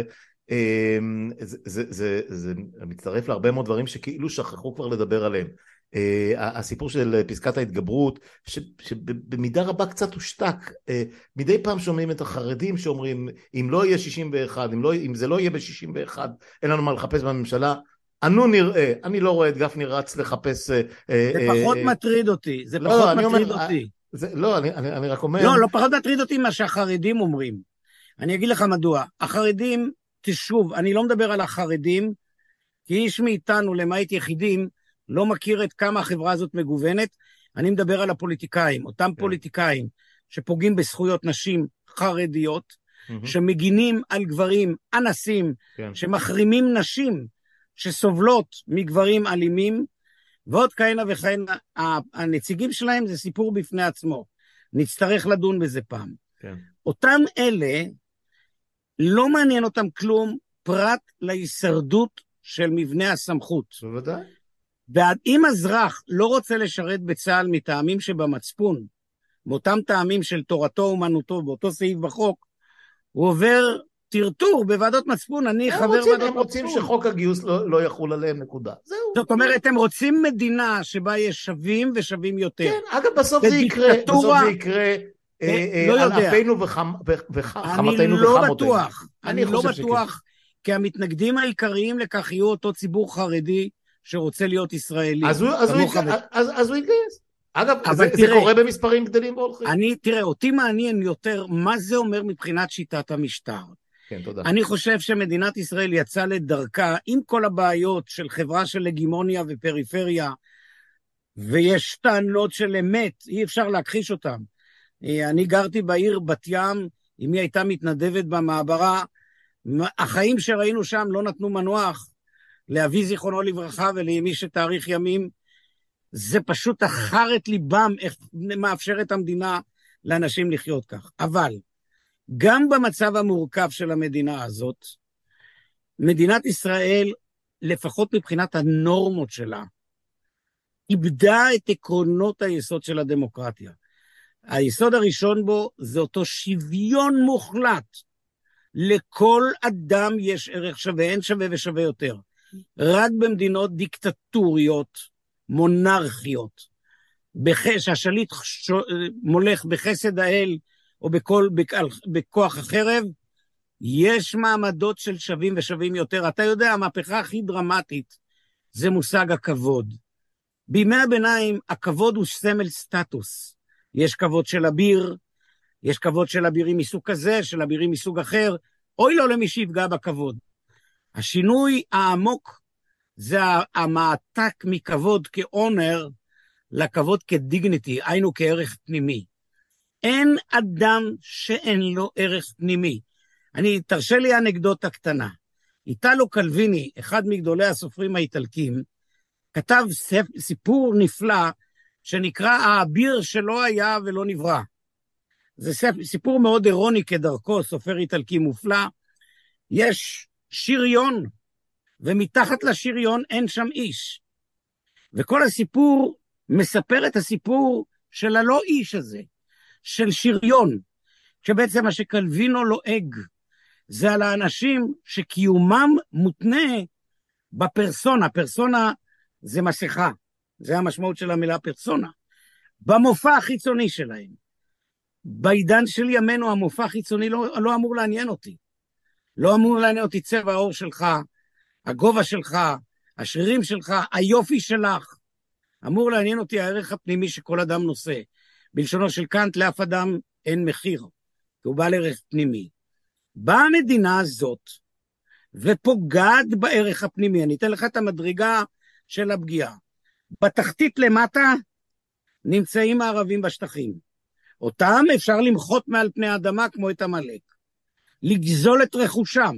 זה מצטרף להרבה מאוד דברים שכאילו שכחו כבר לדבר עליהם. הסיפור של פסקת ההתגברות, שבמידה רבה קצת הושתק, מדי פעם שומעים את החרדים שאומרים, אם לא יהיה שישים ואחת, אם זה לא יהיה ב-שישים ואחת, אין לנו מה לחפש בממשלה, אנו נראה, אני לא רואה את גפני רץ לחפש... זה פחות מטריד אותי, זה פחות מטריד אותי. לא, אני רק אומר... לא, לא פחות מטריד אותי מה שהחרדים אומרים. אני אגיד לך מדוע. החרדים, תשוב, אני לא מדבר על החרדים, כי איש מאיתנו, למעט יחידים, לא מכיר את כמה החברה הזאת מגוונת, אני מדבר על הפוליטיקאים, אותם פוליטיקאים שפוגעים בזכויות נשים חרדיות, שמגינים על גברים אנסים, שמחרימים נשים, שסובלות מגברים אלימים, ועוד כהנה וכהנה, הנציגים שלהם זה סיפור בפני עצמו. נצטרך לדון בזה פעם. כן. אותם אלה, לא מעניין אותם כלום, פרט להישרדות של מבנה הסמכות. בוודאי. ואם אזרח לא רוצה לשרת בצה"ל מטעמים שבמצפון, מאותם טעמים של תורתו אומנותו, באותו סעיף בחוק, הוא עובר... טרטור בוועדות מצפון, אני חבר ועדות מצפון. הם רוצים שחוק הגיוס לא, לא יחול עליהם, נקודה. זהו. זאת אומרת, הם רוצים מדינה שבה יש שווים ושווים יותר. כן, אגב, בסוף זה יקרה, בסוף זה יקרה, על אפינו וחמתנו אני לא בטוח, אני לא בטוח, כי המתנגדים העיקריים לכך יהיו אותו ציבור חרדי שרוצה להיות ישראלי. אז הוא יתגייס. אגב, זה, תראה, זה קורה במספרים גדלים והולכים. אני, תראה, אותי מעניין יותר מה זה אומר מבחינת שיטת המשטר. כן, תודה. אני חושב שמדינת ישראל יצאה לדרכה עם כל הבעיות של חברה של הגימוניה ופריפריה, ויש טענות של אמת, אי אפשר להכחיש אותם. אני גרתי בעיר בת ים, אם היא הייתה מתנדבת במעברה, החיים שראינו שם לא נתנו מנוח, לאבי זיכרונו לברכה ולאמי שתאריך ימים, זה פשוט אחרת ליבם, איך מאפשרת המדינה לאנשים לחיות כך. אבל, גם במצב המורכב של המדינה הזאת, מדינת ישראל, לפחות מבחינת הנורמות שלה, איבדה את עקרונות היסוד של הדמוקרטיה. היסוד הראשון בו זה אותו שוויון מוחלט. לכל אדם יש ערך שווה, אין שווה ושווה יותר. רק במדינות דיקטטוריות, מונרכיות, שהשליט מולך בחסד האל, או בכל, בכוח החרב, יש מעמדות של שווים ושווים יותר. אתה יודע, המהפכה הכי דרמטית, זה מושג הכבוד. בימי הביניים, הכבוד הוא סמל סטטוס. יש כבוד של אביר, יש כבוד של אבירים מסוג כזה, של אבירים מסוג אחר, אוי לו למי שיפגע בכבוד. השינוי העמוק, זה המעתק מכבוד כאונר, לכבוד כדיגניטי, היינו כערך פנימי. אין אדם שאין לו ערך פנימי. אני, תרשה לי אנקדוטה קטנה. איטלו קלוויני, אחד מגדולי הסופרים האיטלקים, כתב סיפור נפלא, שנקרא האביר שלא היה ולא נברא. זה סיפור מאוד אירוני כדרכו, סופר איטלקי מופלא. יש שריון, ומתחת לשריון אין שם איש. וכל הסיפור מספר את הסיפור של הלא איש הזה, של שריון, שבעצם מה שקלווינו לועג, זה על האנשים שקיומם מותנה בפרסונה. פרסונה זה מסכה, זה המשמעות של המילה פרסונה. במופע החיצוני שלהם. בעידן של ימינו המופע החיצוני לא, לא אמור לעניין אותי. לא אמור לעניין אותי צבע העור שלך, הגובה שלך, השרירים שלך, היופי שלך. אמור לעניין אותי הערך הפנימי שכל אדם נושא. בלשונו של קאנט, לאף אדם אין מחיר, כי הוא בעל ערך פנימי. באה המדינה הזאת, ופוגעת בערך הפנימי. אני אתן לך את המדרגה של הפגיעה. בתחתית למטה נמצאים הערבים בשטחים. אותם אפשר למחות מעל פני האדמה כמו את המלאק. לגזול את רכושם.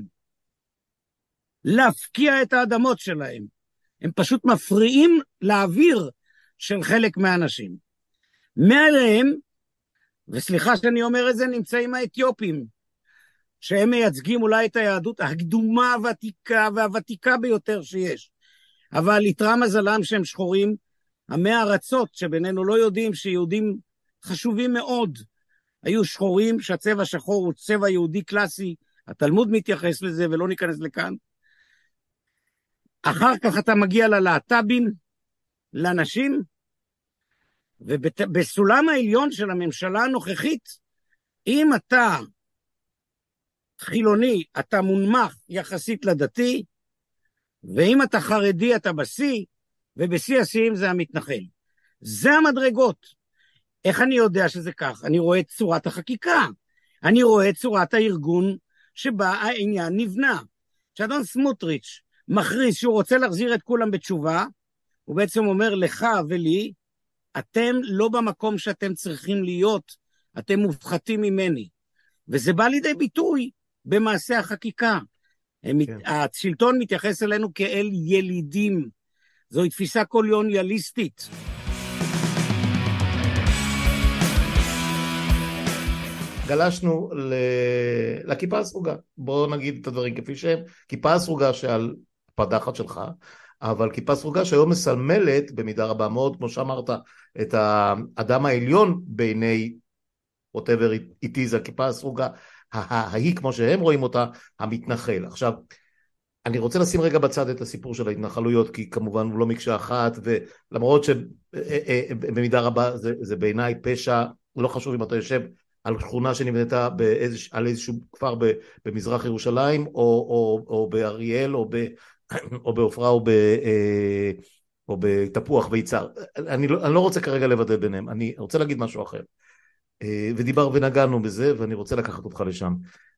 להפקיע את האדמות שלהם. הם פשוט מפריעים לאוויר של חלק מהאנשים. מעליהם, וסליחה שאני אומר את זה, נמצאים האתיופים, שהם מייצגים אולי את היהדות הקדומה הוותיקה והוותיקה ביותר שיש. אבל יתרה מזלם שהם שחורים, עמי ארצות שבינינו לא יודעים שיהודים חשובים מאוד, היו שחורים שהצבע שחור הוא צבע יהודי קלאסי, התלמוד מתייחס לזה ולא ניכנס לכאן. אחר כך אתה מגיע ללהט"בים, לנשים, ובסולם העליון של הממשלה הנוכחית, אם אתה חילוני, אתה מונמך יחסית לדתי, ואם אתה חרדי, אתה בשיא, ובשיא השיאים זה המתנחל. זה המדרגות. איך אני יודע שזה כך? אני רואה את צורת החקיקה. אני רואה את צורת הארגון שבה העניין נבנה. כשאדון סמוטריץ' מכריז שהוא רוצה להחזיר את כולם בתשובה, הוא בעצם אומר לך ולי, אתם לא במקום שאתם צריכים להיות, אתם מופחתים ממני. וזה בא לידי ביטוי במעשה החקיקה. כן. השלטון מתייחס אלינו כאל ילידים. זוהי תפיסה קולוניאליסטית. גלשנו לכיפה הסרוגה. בואו נגיד את הדברים כפי שהם. כיפה הסרוגה שעל הפדחת שלך, אבל כיפה סרוגה שהיום מסלמלת במידה רבה מאוד, כמו שאמרת, את האדם העליון בעיני whatever it is, הכיפה הסרוגה, ההיא כמו שהם רואים אותה, המתנחל. עכשיו, אני רוצה לשים רגע בצד את הסיפור של ההתנחלויות, כי כמובן הוא לא מקשה אחת, ולמרות שבמידה רבה זה, זה בעיניי פשע, לא חשוב אם אתה יושב על שכונה שנבנתה באיזוש, על איזשהו כפר במזרח ירושלים, או, או, או באריאל, או ב... או באופרה או, ב, או בתפוח ויצר. אני לא, אני לא רוצה כרגע לבדל ביניהם, אני רוצה להגיד משהו אחר. ודיבר ונגענו בזה, ואני רוצה לקחת אותך לשם.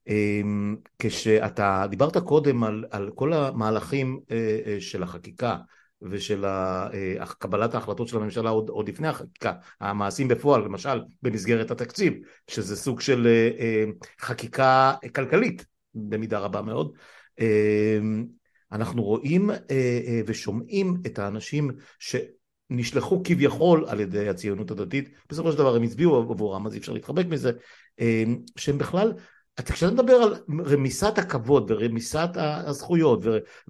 כשאתה דיברת קודם על, על כל המהלכים של החקיקה, ושל קבלת ההחלטות של הממשלה עוד, עוד לפני החקיקה, המעשים בפועל, למשל במסגרת התקציב, שזה סוג של חקיקה כלכלית, במידה רבה מאוד, אנחנו רואים אה, אה, ושומעים את האנשים שנשלחו כביכול על ידי הציונות הדתית, בסופו של דבר הם הצביעו עבורם, אז אי אפשר להתחבק מזה, אה, שהם בכלל, כשאתה מדבר על רמיסת הכבוד ורמיסת הזכויות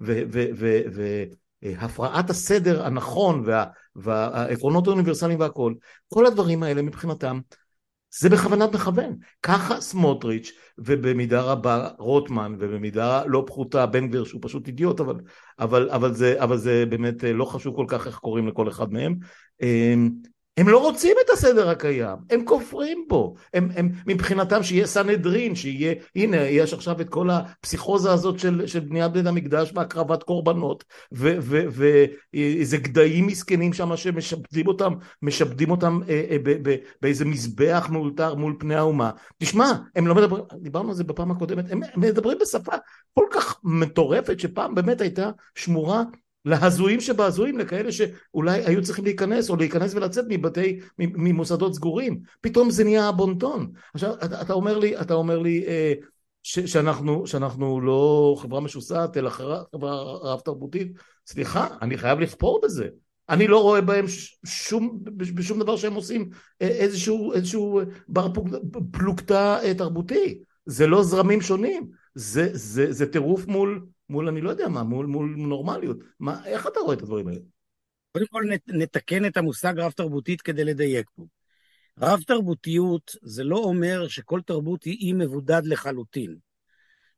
והפרעת הסדר הנכון וה, והעקרונות האוניברסליים והכל, כל הדברים האלה מבחינתם, זה בכוונת מכוון. ככה סמוטריץ' ובמידה רבה רוטמן, ובמידה לא פחותה בן גביר, שהוא פשוט אידיוט, אבל, אבל, אבל, זה, אבל זה באמת לא חשוב כל כך איך קוראים לכל אחד מהם. הם לא רוצים את הסדר הקיים, הם כופרים בו, הם, הם מבחינתם שיהיה סנהדרין, שיהיה, הנה, יש עכשיו את כל הפסיכוזה הזאת של, של בניית בית המקדש והקרבת קורבנות, ואיזה גדיים מסכנים שם שמשבדים אותם, משבדים אותם אה, אה, ב, ב, באיזה מזבח מאולתר מול פני האומה. תשמע, הם לא מדברים, דיברנו על זה בפעם הקודמת, הם, הם מדברים בשפה כל כך מטורפת, שפעם באמת הייתה שמורה, להזויים שבהזויים, לכאלה שאולי היו צריכים להיכנס או להיכנס ולצאת מבתי, ממוסדות סגורים. פתאום זה נהיה הבונטון. עכשיו, אתה, אתה אומר לי, אתה אומר לי אה, ש, שאנחנו, שאנחנו לא חברה משוסעת, אלא חברה רב תרבותית. סליחה, אני חייב לכפור בזה. אני לא רואה בהם שום, בשום דבר שהם עושים איזשהו, איזשהו בר פלוגתא תרבותי. זה לא זרמים שונים. זה, זה, זה טירוף מול, מול, אני לא יודע מה, מול, מול נורמליות. מה, איך אתה רואה את הדברים האלה? קודם כל נתקן את המושג רב תרבותית כדי לדייק פה. רב תרבותיות זה לא אומר שכל תרבות היא אי מבודד לחלוטין.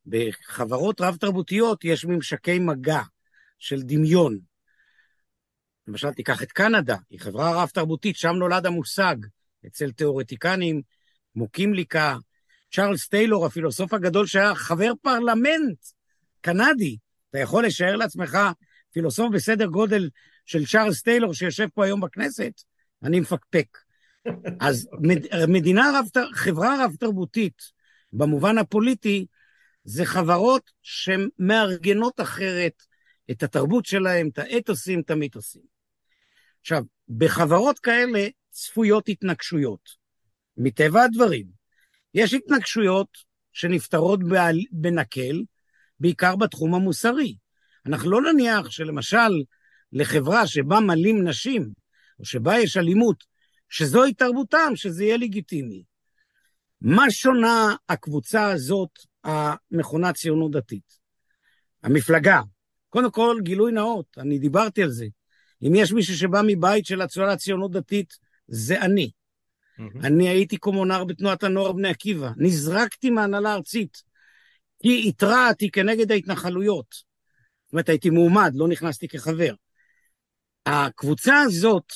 בחברות רב-תרבותיות יש ממשקי מגע של דמיון. למשל, תיקח את קנדה, היא חברה רב-תרבותית, שם נולד המושג, אצל תיאורטיקנים, כמו קימליקה, צ'ארלס טיילור, הפילוסוף הגדול שהיה חבר פרלמנט קנדי, אתה יכול לשער לעצמך פילוסוף בסדר גודל של צ'ארלס טיילור שיושב פה היום בכנסת? אני מפקפק. אז מדינה רב, חברה רב-תרבותית, במובן הפוליטי, זה חברות שמארגנות אחרת את התרבות שלהם, את האתוסים, את המיתוסים. עכשיו, בחברות כאלה צפויות התנגשויות. מטבע הדברים, יש התנגשויות שנפתרות בנקל, בעיקר בתחום המוסרי. אנחנו לא נניח שלמשל לחברה שבה מלים נשים, או שבה יש אלימות, שזוהי תרבותם, שזה יהיה לגיטימי. מה שונה הקבוצה הזאת, המכונה ציונות דתית? המפלגה. קודם כל, גילוי נאות, אני דיברתי על זה. אם יש מישהו שבא מבית של הצורת ציונות דתית, זה אני. Mm-hmm. אני הייתי קומונר בתנועת הנוער בני עקיבא, נזרקתי מהנהלה ארצית, כי התרעתי כנגד ההתנחלויות. זאת אומרת, הייתי מועמד, לא נכנסתי כחבר. הקבוצה הזאת,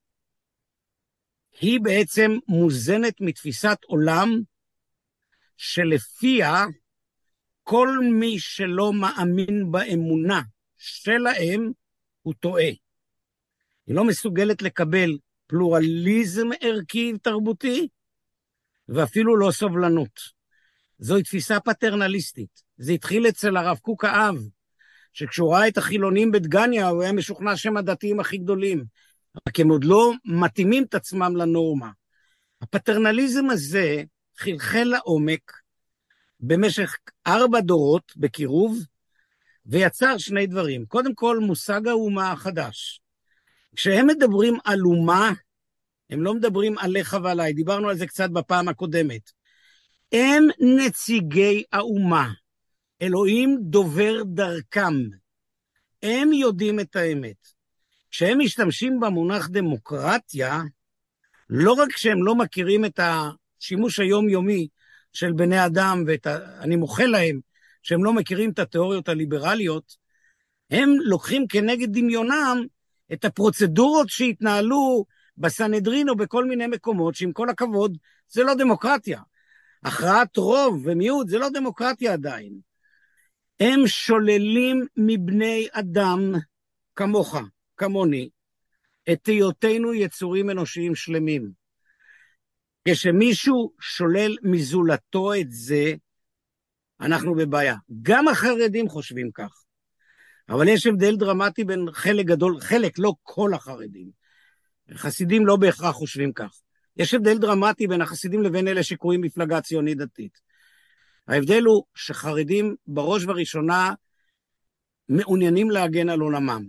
היא בעצם מוזנת מתפיסת עולם, שלפיה כל מי שלא מאמין באמונה שלהם, הוא טועה. היא לא מסוגלת לקבל פלורליזם ערכי תרבותי, ואפילו לא סובלנות. זוהי תפיסה פטרנליסטית. זה התחיל אצל הרב קוק האב, שכשהוא ראה את החילונים בדגניה, הוא היה משוכנע שהם הדתיים הכי גדולים, רק הם עוד לא מתאימים את עצמם לנורמה. הפטרנליזם הזה חלחל לעומק, במשך ארבע דורות בקירוב, ויצר שני דברים. קודם כל, מושג האומה החדש. כשהם מדברים על אומה, הם לא מדברים עליך ועליי, דיברנו על זה קצת בפעם הקודמת. הם נציגי האומה, אלוהים דובר דרכם. הם יודעים את האמת. כשהם משתמשים במונח דמוקרטיה, לא רק שהם לא מכירים את השימוש היומיומי של בני אדם, ואני מוחה להם שהם לא מכירים את התיאוריות הליברליות, הם לוקחים כנגד דמיונם את הפרוצדורות שהתנהלו בסנהדרין או בכל מיני מקומות, שעם כל הכבוד זה לא דמוקרטיה. הכרעת רוב ומיעוט זה לא דמוקרטיה עדיין. הם שוללים מבני אדם כמוך, כמוני, את היותנו יצורים אנושיים שלמים. כשמישהו שולל מזולתו את זה, אנחנו בבעיה. גם החרדים חושבים כך. אבל יש הבדל דרמטי בין חלק גדול, חלק, לא כל החרדים. חסידים לא בהכרח חושבים כך. יש הבדל דרמטי בין החסידים לבין אלה שקוראים מפלגה ציונית דתית. ההבדל הוא שחרדים בראש וראשונה מעוניינים להגן על עולמם.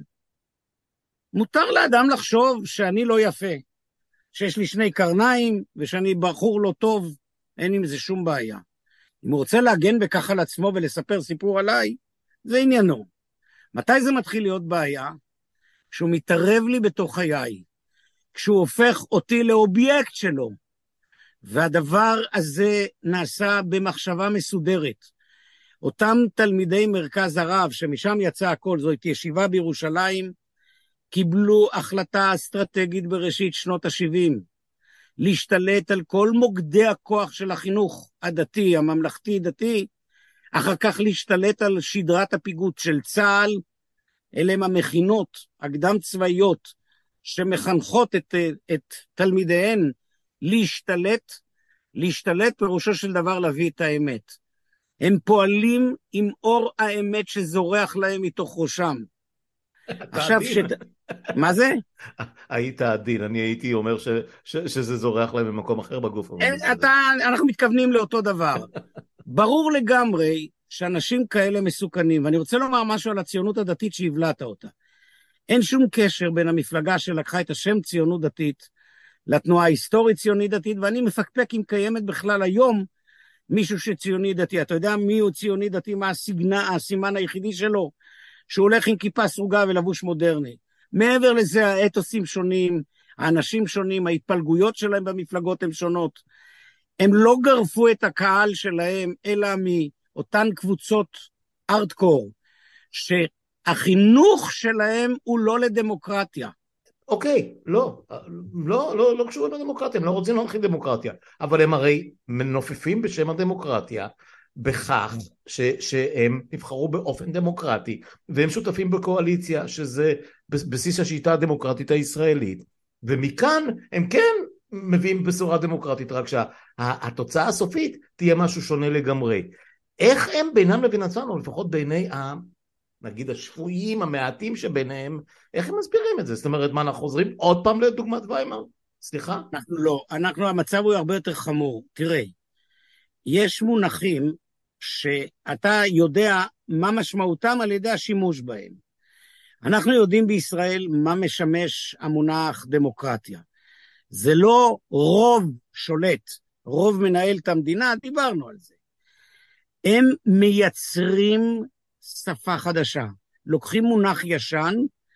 מותר לאדם לחשוב שאני לא יפה, שיש לי שני קרניים ושאני בחור לא טוב, אין עם זה שום בעיה. אם הוא רוצה להגן בכך על עצמו ולספר סיפור עליי, זה עניינו. מתי זה מתחיל להיות בעיה? כשהוא מתערב לי בתוך חיי, כשהוא הופך אותי לאובייקט שלו, והדבר הזה נעשה במחשבה מסודרת. אותם תלמידי מרכז הרב, שמשם יצא הכל, זאת ישיבה בירושלים, קיבלו החלטה אסטרטגית בראשית שנות ה-שבעים, להשתלט על כל מוקדי הכוח של החינוך הדתי, הממלכתי-דתי, אחר כך להשתלט על שדרת הפיגוט של צה"ל, אלה הם המכינות, הקדם צבאיות, שמחנכות את, את תלמידיהן להשתלט, להשתלט פירושו של דבר להביא את האמת. הם פועלים עם אור האמת שזורח להם מתוך ראשם. עכשיו ש... מה זה? היית עדין, אני הייתי אומר ש... ש... שזה זורח להם במקום אחר בגוף. אתה... אנחנו מתכוונים לאותו דבר. ברור לגמרי שאנשים כאלה מסוכנים, ואני רוצה לומר משהו על הציונות הדתית שהבלעת אותה. אין שום קשר בין המפלגה שלקחה את השם ציונות דתית, לתנועה ההיסטורית ציונית דתית, ואני מפקפק אם קיימת בכלל היום מישהו שציוני דתי. אתה יודע מי הוא ציוני דתי, מה הסיגנה, הסימן היחידי שלו? שהוא הולך עם כיפה סרוגה ולבוש מודרני. מעבר לזה, האתוסים שונים, האנשים שונים, ההתפלגויות שלהם במפלגות הן שונות. הם לא גרפו את הקהל שלהם, אלא אותן קבוצות ארטקור, שהחינוך שלהם הוא לא לדמוקרטיה. אוקיי, לא, לא, לא, לא קשורים לדמוקרטיה, הם לא רוצים להנחיל דמוקרטיה, אבל הם הרי מנופפים בשם הדמוקרטיה, בכך ש, שהם נבחרו באופן דמוקרטי, והם שותפים בקואליציה, שזה בסיס השיטה הדמוקרטית הישראלית, ומכאן הם כן מביאים בשורה דמוקרטית, רק שהתוצאה הסופית תהיה משהו שונה לגמרי. איך הם בינם לבין עצמם, או לפחות בעיני ה... נגיד השפויים, המעטים שביניהם, איך הם מסבירים את זה? זאת אומרת, מה, אנחנו חוזרים עוד פעם לדוגמת ויימאר? סליחה? אנחנו לא, אנחנו, המצב הוא הרבה יותר חמור. תראה, יש מונחים שאתה יודע מה משמעותם על ידי השימוש בהם. אנחנו יודעים בישראל מה משמש המונח דמוקרטיה. זה לא רוב שולט, רוב מנהל את המדינה, דיברנו על זה. הם מייצרים שפה חדשה, לוקחים מונח ישן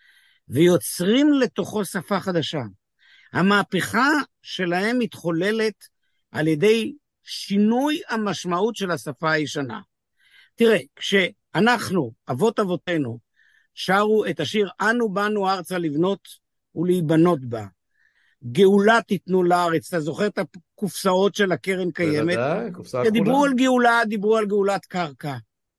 ויוצרים לתוכו שפה חדשה. המהפכה שלהם מתחוללת על ידי שינוי המשמעות של השפה הישנה. תראה, כשאנחנו, אבות אבותינו, שרו את השיר אנו באנו ארצה לבנות ולהיבנות בה, גאולה תיתנו לארץ, אתה זוכר את הקופסאות של הקרן קיימת? בוודאי, קופסה כחולה. דיברו על גאולה, דיברו על גאולת קרקע,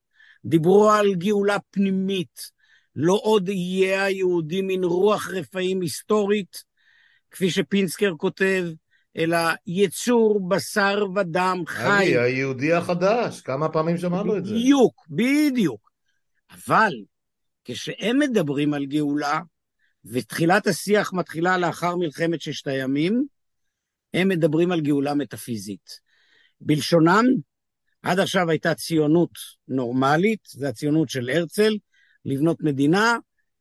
דיברו על גאולה פנימית, לא עוד יהיה היהודי מן רוח רפאים היסטורית, כפי שפינסקר כותב, אלא יצור בשר ודם חי. אבי, היהודי החדש, כמה פעמים שמענו את זה. בדיוק, בדיוק. אבל כשהם מדברים על גאולה, ותחילת השיח מתחילה לאחר מלחמת ששת הימים, הם מדברים על גאולה מטאפיזית. בלשונם, עד עכשיו הייתה ציונות נורמלית, זה הציונות של הרצל, לבנות מדינה,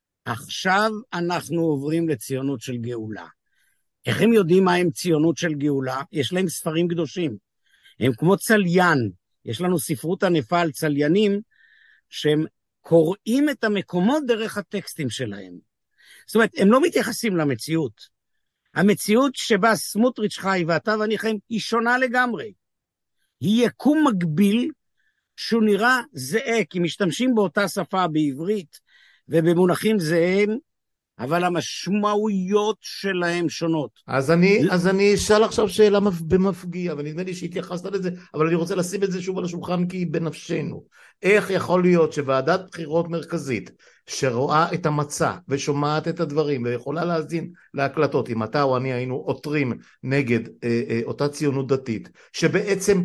עכשיו אנחנו עוברים לציונות של גאולה. איך הם יודעים מה הם ציונות של גאולה? יש להם ספרים קדושים. הם כמו צליין, יש לנו ספרות ענפה על צליינים, שהם קוראים את המקומות דרך הטקסטים שלהם. זאת אומרת, הם לא מתייחסים למציאות. המציאות שבה סמוטריץ' חי ואתה ואני חיים, היא שונה לגמרי. היא יקום מקביל, שהוא נראה זהה, כי משתמשים באותה שפה בעברית, ובמונחים זהים, אבל המשמעויות שלהם שונות. אז אני, אז אני אשאל עכשיו שאלה במפגיע, ונדמה לי שהתייחסת לזה, אבל אני רוצה לשים את זה שוב על השולחן, כי היא בנפשנו. איך יכול להיות שוועדת בחירות מרכזית, שרואה את המצע, ושומעת את הדברים, ויכולה להאזין להקלטות, אם אתה או אני היינו עותרים נגד אה, אה, אותה ציונות דתית, שבעצם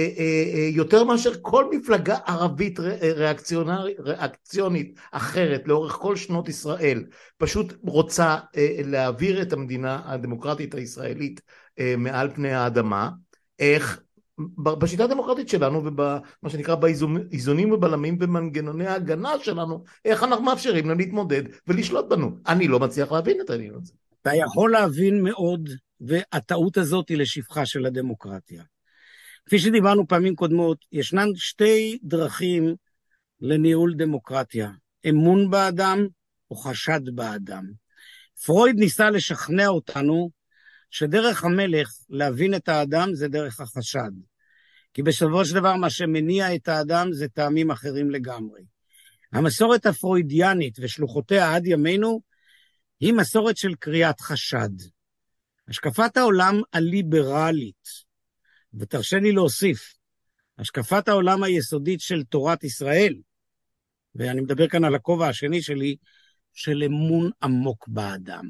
יותר מאשר כל מפלגה ערבית ריאקציונית אחרת לאורך כל שנות ישראל, פשוט רוצה להעביר את המדינה הדמוקרטית הישראלית מעל פני האדמה. איך בשיטה הדמוקרטית שלנו ובמה שנקרא באיזונים ובלמים ומנגנוני ההגנה שלנו, איך אנחנו מאפשרים להם להתמודד ולשלוט בנו? אני לא מצליח להבין את העניין הזה. אתה יכול להבין מאוד, והטעות הזאת היא לשפחה של הדמוקרטיה. כפי שדיברנו פעמים קודמות, ישנן שתי דרכים לניהול דמוקרטיה, אמון באדם או חשד באדם. פרויד ניסה לשכנע אותנו שדרך המלך להבין את האדם זה דרך החשד. כי בסופו של דבר מה שמניע את האדם זה טעמים אחרים לגמרי. המסורת הפרוידיאנית ושלוחותיה עד ימינו היא מסורת של קריאת חשד. השקפת העולם הליברלית, ותרשה לי להוסיף, השקפת העולם היסודית של תורת ישראל, ואני מדבר כאן על הכובע השני שלי, של אמון עמוק באדם.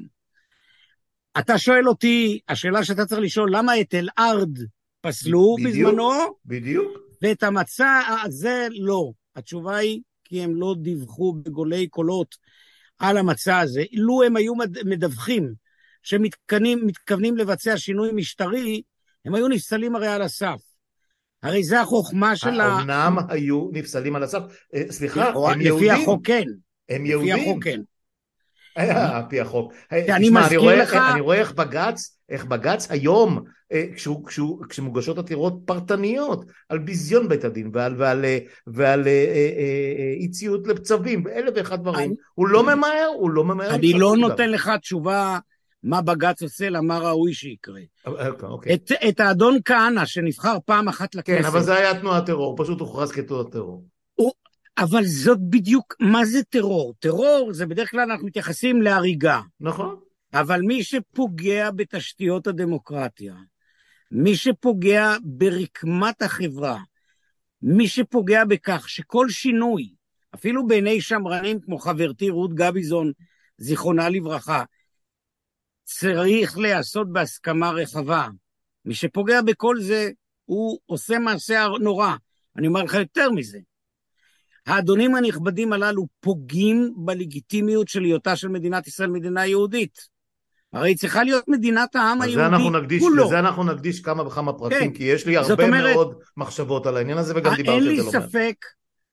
אתה שואל אותי, השאלה שאתה צריך לשאול, למה את אל-ארד פסלו בדיוק, בזמנו? בדיוק. ואת המצע הזה לא. התשובה היא, כי הם לא דיווחו בגולי קולות על המצע הזה. אילו הם היו מדווחים שמתכוונים לבצע שינוי משטרי, הם היו נפסלים הרי על הסף. הרי זה החוכמה של ה... האומנם היו נפסלים על הסף. סליחה, הם יהודים. לפי החוק כן. הם יהודים. לפי החוק כן. היה, לפי החוק. אני מזכיר לך... אני רואה איך בג"ץ, איך בג"ץ היום, כשמוגשות עתירות פרטניות, על ביזיון בית הדין, ועל אי ציות לבצבים, ואלף ואחד דברים, הוא לא ממהר, הוא לא ממהר. אני לא נותן לך תשובה מה בג"ץ עושה, למה ראוי שיקרה. אוקיי. את, את האדון כהנא שנבחר פעם אחת לכנסת. כן, אבל זה היה תנועת טרור, פשוט הוכרז כתנועת טרור. הוא, אבל זאת בדיוק, מה זה טרור? טרור זה בדרך כלל אנחנו מתייחסים להריגה. נכון. אבל מי שפוגע בתשתיות הדמוקרטיה, מי שפוגע ברקמת החברה, מי שפוגע בכך שכל שינוי, אפילו בעיני שמרנים כמו חברתי רות גביזון, זיכרונה לברכה, צריך להיעשות בהסכמה רחבה. מי שפוגע בכל זה, הוא עושה מעשה נורא. אני אומר לך יותר מזה. האדונים הנכבדים הללו פוגעים בלגיטימיות של היותה של מדינת ישראל מדינה יהודית. הרי צריכה להיות מדינת העם היהודי אנחנו נקדיש, כולו. לזה אנחנו נקדיש כמה וכמה פרקים, כן. כי יש לי הרבה אומרת, מאוד מחשבות על העניין הזה, וגם דיברתי על זה לא מעט. אין לי ספק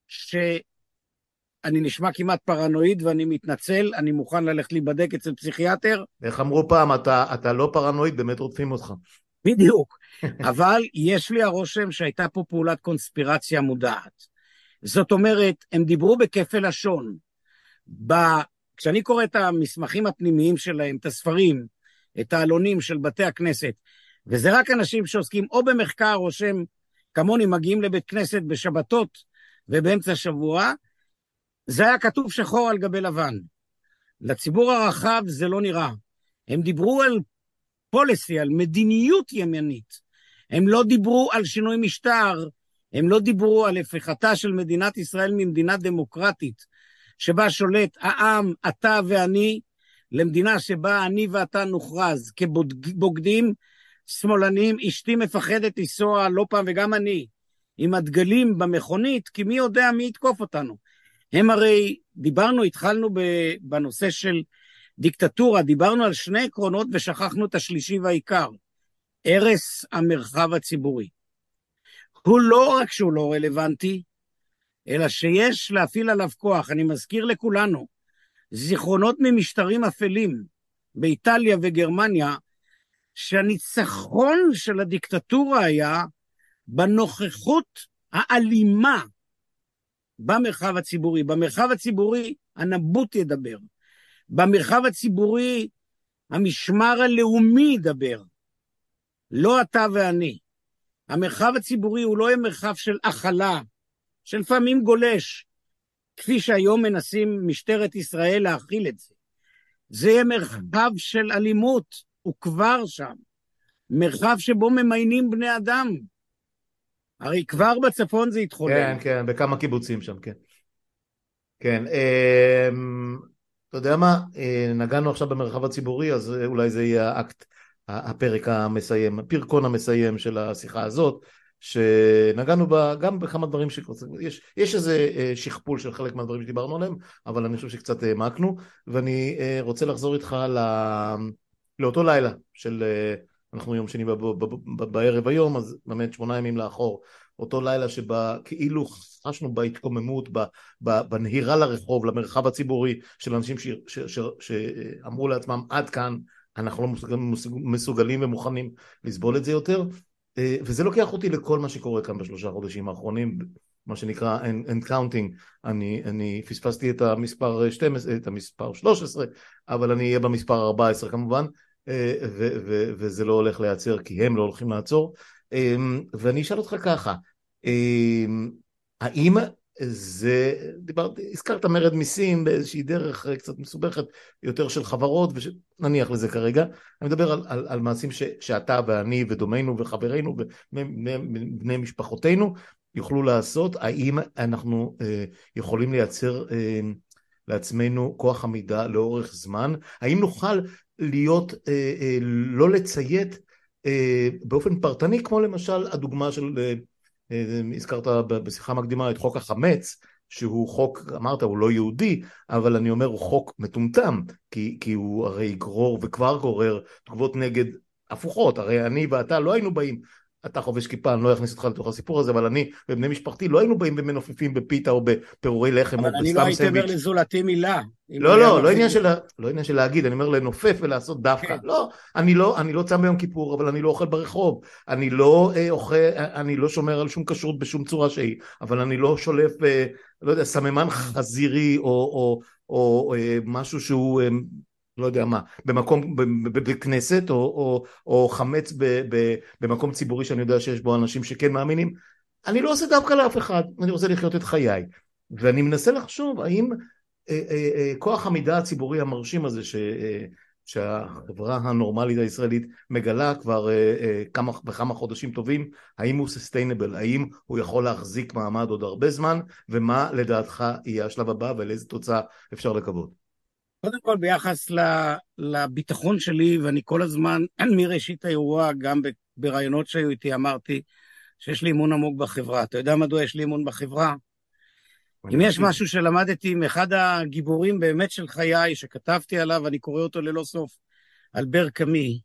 שאני נשמע כמעט פרנואיד, ואני מתנצל, אני מוכן ללכת להיבדק אצל פסיכיאטר. איך אמרו פעם, אתה, אתה לא פרנואיד, באמת רודפים אותך. בדיוק. אבל יש לי הרושם שהייתה פה פעולת קונספירציה מודעת. זאת אומרת, הם דיברו בכפל לשון. ב... כשאני קורא את המסמכים הפנימיים שלהם, את הספרים, את העלונים של בתי הכנסת, וזה רק אנשים שעוסקים או במחקר, או שהם כמוני מגיעים לבית כנסת בשבתות ובאמצע השבוע, זה היה כתוב שחור על גבי לבן. לציבור הרחב זה לא נראה. הם דיברו על פוליסי, על מדיניות ימנית. הם לא דיברו על שינוי משטר, הם לא דיברו על הפיכתה של מדינת ישראל ממדינה דמוקרטית, שבה שולט העם, אתה ואני, למדינה שבה אני ואתה נוכרז כבוגדים, שמאלנים. אשתי מפחדת לנסוע לא פעם, וגם אני, עם הדגלים במכונית, כי מי יודע מי יתקוף אותנו. הם הרי, דיברנו, התחלנו בנושא של דיקטטורה, דיברנו על שני עקרונות ושכחנו את השלישי והעיקר, הרס המרחב הציבורי. הוא לא רק שהוא לא רלוונטי, אלא שיש להפעיל עליו כוח. אני מזכיר לכולנו, זיכרונות ממשטרים אפלים, באיטליה וגרמניה, שהניצחון של הדיקטטורה היה בנוכחות האלימה במרחב הציבורי. במרחב הציבורי הנבוט ידבר. במרחב הציבורי המשמר הלאומי ידבר. לא אתה ואני. המרחב הציבורי הוא לא מרחב של אכלה, שלפעמים גולש, כפי שהיום מנסים משטרת ישראל להכיל את זה. זה יהיה מרחב של אלימות, הוא כבר שם. מרחב שבו ממיינים בני אדם. הרי כבר בצפון זה התחולל. כן, כן, בכמה קיבוצים שם, כן. כן, אה, אתה יודע מה, אה, נגענו עכשיו במרחב הציבורי, אז אולי זה יהיה האקט, הפרק המסיים, הפרקון המסיים של השיחה הזאת, שנגענו בה גם בכמה דברים שיש, יש איזה שכפול של חלק מהדברים שדיברנו עליהם, אבל אני חושב שקצת העמקנו, ואני רוצה לחזור איתך לא, לאותו לילה של, אנחנו יום שני בערב היום, אז באמת שמונה ימים לאחור, אותו לילה שבה כאילו חשנו בהתקוממות, בנהירה לרחוב, למרחב הציבורי של אנשים שאמרו לעצמם עד כאן, אנחנו לא מסוגלים ומוכנים לסבול את זה יותר, וזה לוקח אותי לכל מה שקורה כאן בשלושה חודשים האחרונים, מה שנקרא end counting. אני, אני פספסתי את המספר שתים עשרה, את המספר שלוש עשרה, אבל אני אהיה במספר ארבע עשרה כמובן, ו, ו, וזה לא הולך להיעצר, כי הם לא הולכים לעצור. ואני אשאל אותך ככה, האם זה, דיברת, הזכרת מרד מיסים באיזושהי דרך קצת מסובכת יותר של חברות, ונניח לזה כרגע, אני מדבר על, על, על מעשים ש, שאתה ואני ודומינו וחברינו ובני משפחותינו יוכלו לעשות. האם אנחנו אה, יכולים לייצר אה, לעצמנו כוח עמידה לאורך זמן? האם נוכל להיות, אה, אה, לא לציית אה, באופן פרטני, כמו למשל הדוגמה של אה, הזכרת בשיחה מקדימה את חוק החמץ, שהוא חוק, אמרת, הוא לא יהודי, אבל אני אומר, הוא חוק מטומטם, כי, כי הוא הרי יגרור וכבר גורר תגובות נגד הפוכות. הרי אני ואתה לא היינו באים, אתה חובש כיפה, אני לא אכניס אותך לתוך הסיפור הזה, אבל אני ובני משפחתי לא היינו באים ומנופפים בפיתה או בפירורי לחם או בסתם סנדוויץ'. אבל אני לא הייתי אומר לזולתי מילה. לא, לא, לא עניין של, לא עניין של להגיד, אני אומר לנופף ולעשות דווקא. לא, אני לא, אני לא צם ביום כיפור, אבל אני לא אוכל ברחוב. אני לא אוכל, אני לא שומר על שום כשרות בשום צורה שהיא, אבל אני לא שולף, לא יודע, סממן חזירי או, או, או, או משהו שהוא לא יודע מה, במקום, בכנסת, או, או, או חמץ ב, ב, במקום ציבורי שאני יודע שיש בו אנשים שכן מאמינים, אני לא עושה דווקא לאף אחד, אני רוצה לחיות את חיי. ואני מנסה לחשוב, האם אה, אה, אה, כוח המידה הציבורי המרשים הזה, ש, אה, שהחברה הנורמלית הישראלית מגלה כבר אה, אה, כמה וכמה חודשים טובים, האם הוא sustainable, האם הוא יכול להחזיק מעמד עוד הרבה זמן, ומה לדעתך יהיה השלב הבא, ולאיזה תוצאה אפשר לקוות? קודם כל, ביחס לביטחון שלי, ואני כל הזמן, מראשית האירוע, גם ברעיונות שהיו איתי, אמרתי שיש לי אמון עמוק בחברה. אתה יודע מדוע יש לי אמון בחברה? אם יש משהו שלמדתי מאחד הגיבורים באמת של חיי, שכתבתי עליו, אני קורא אותו ללא סוף, אלבר קאמי,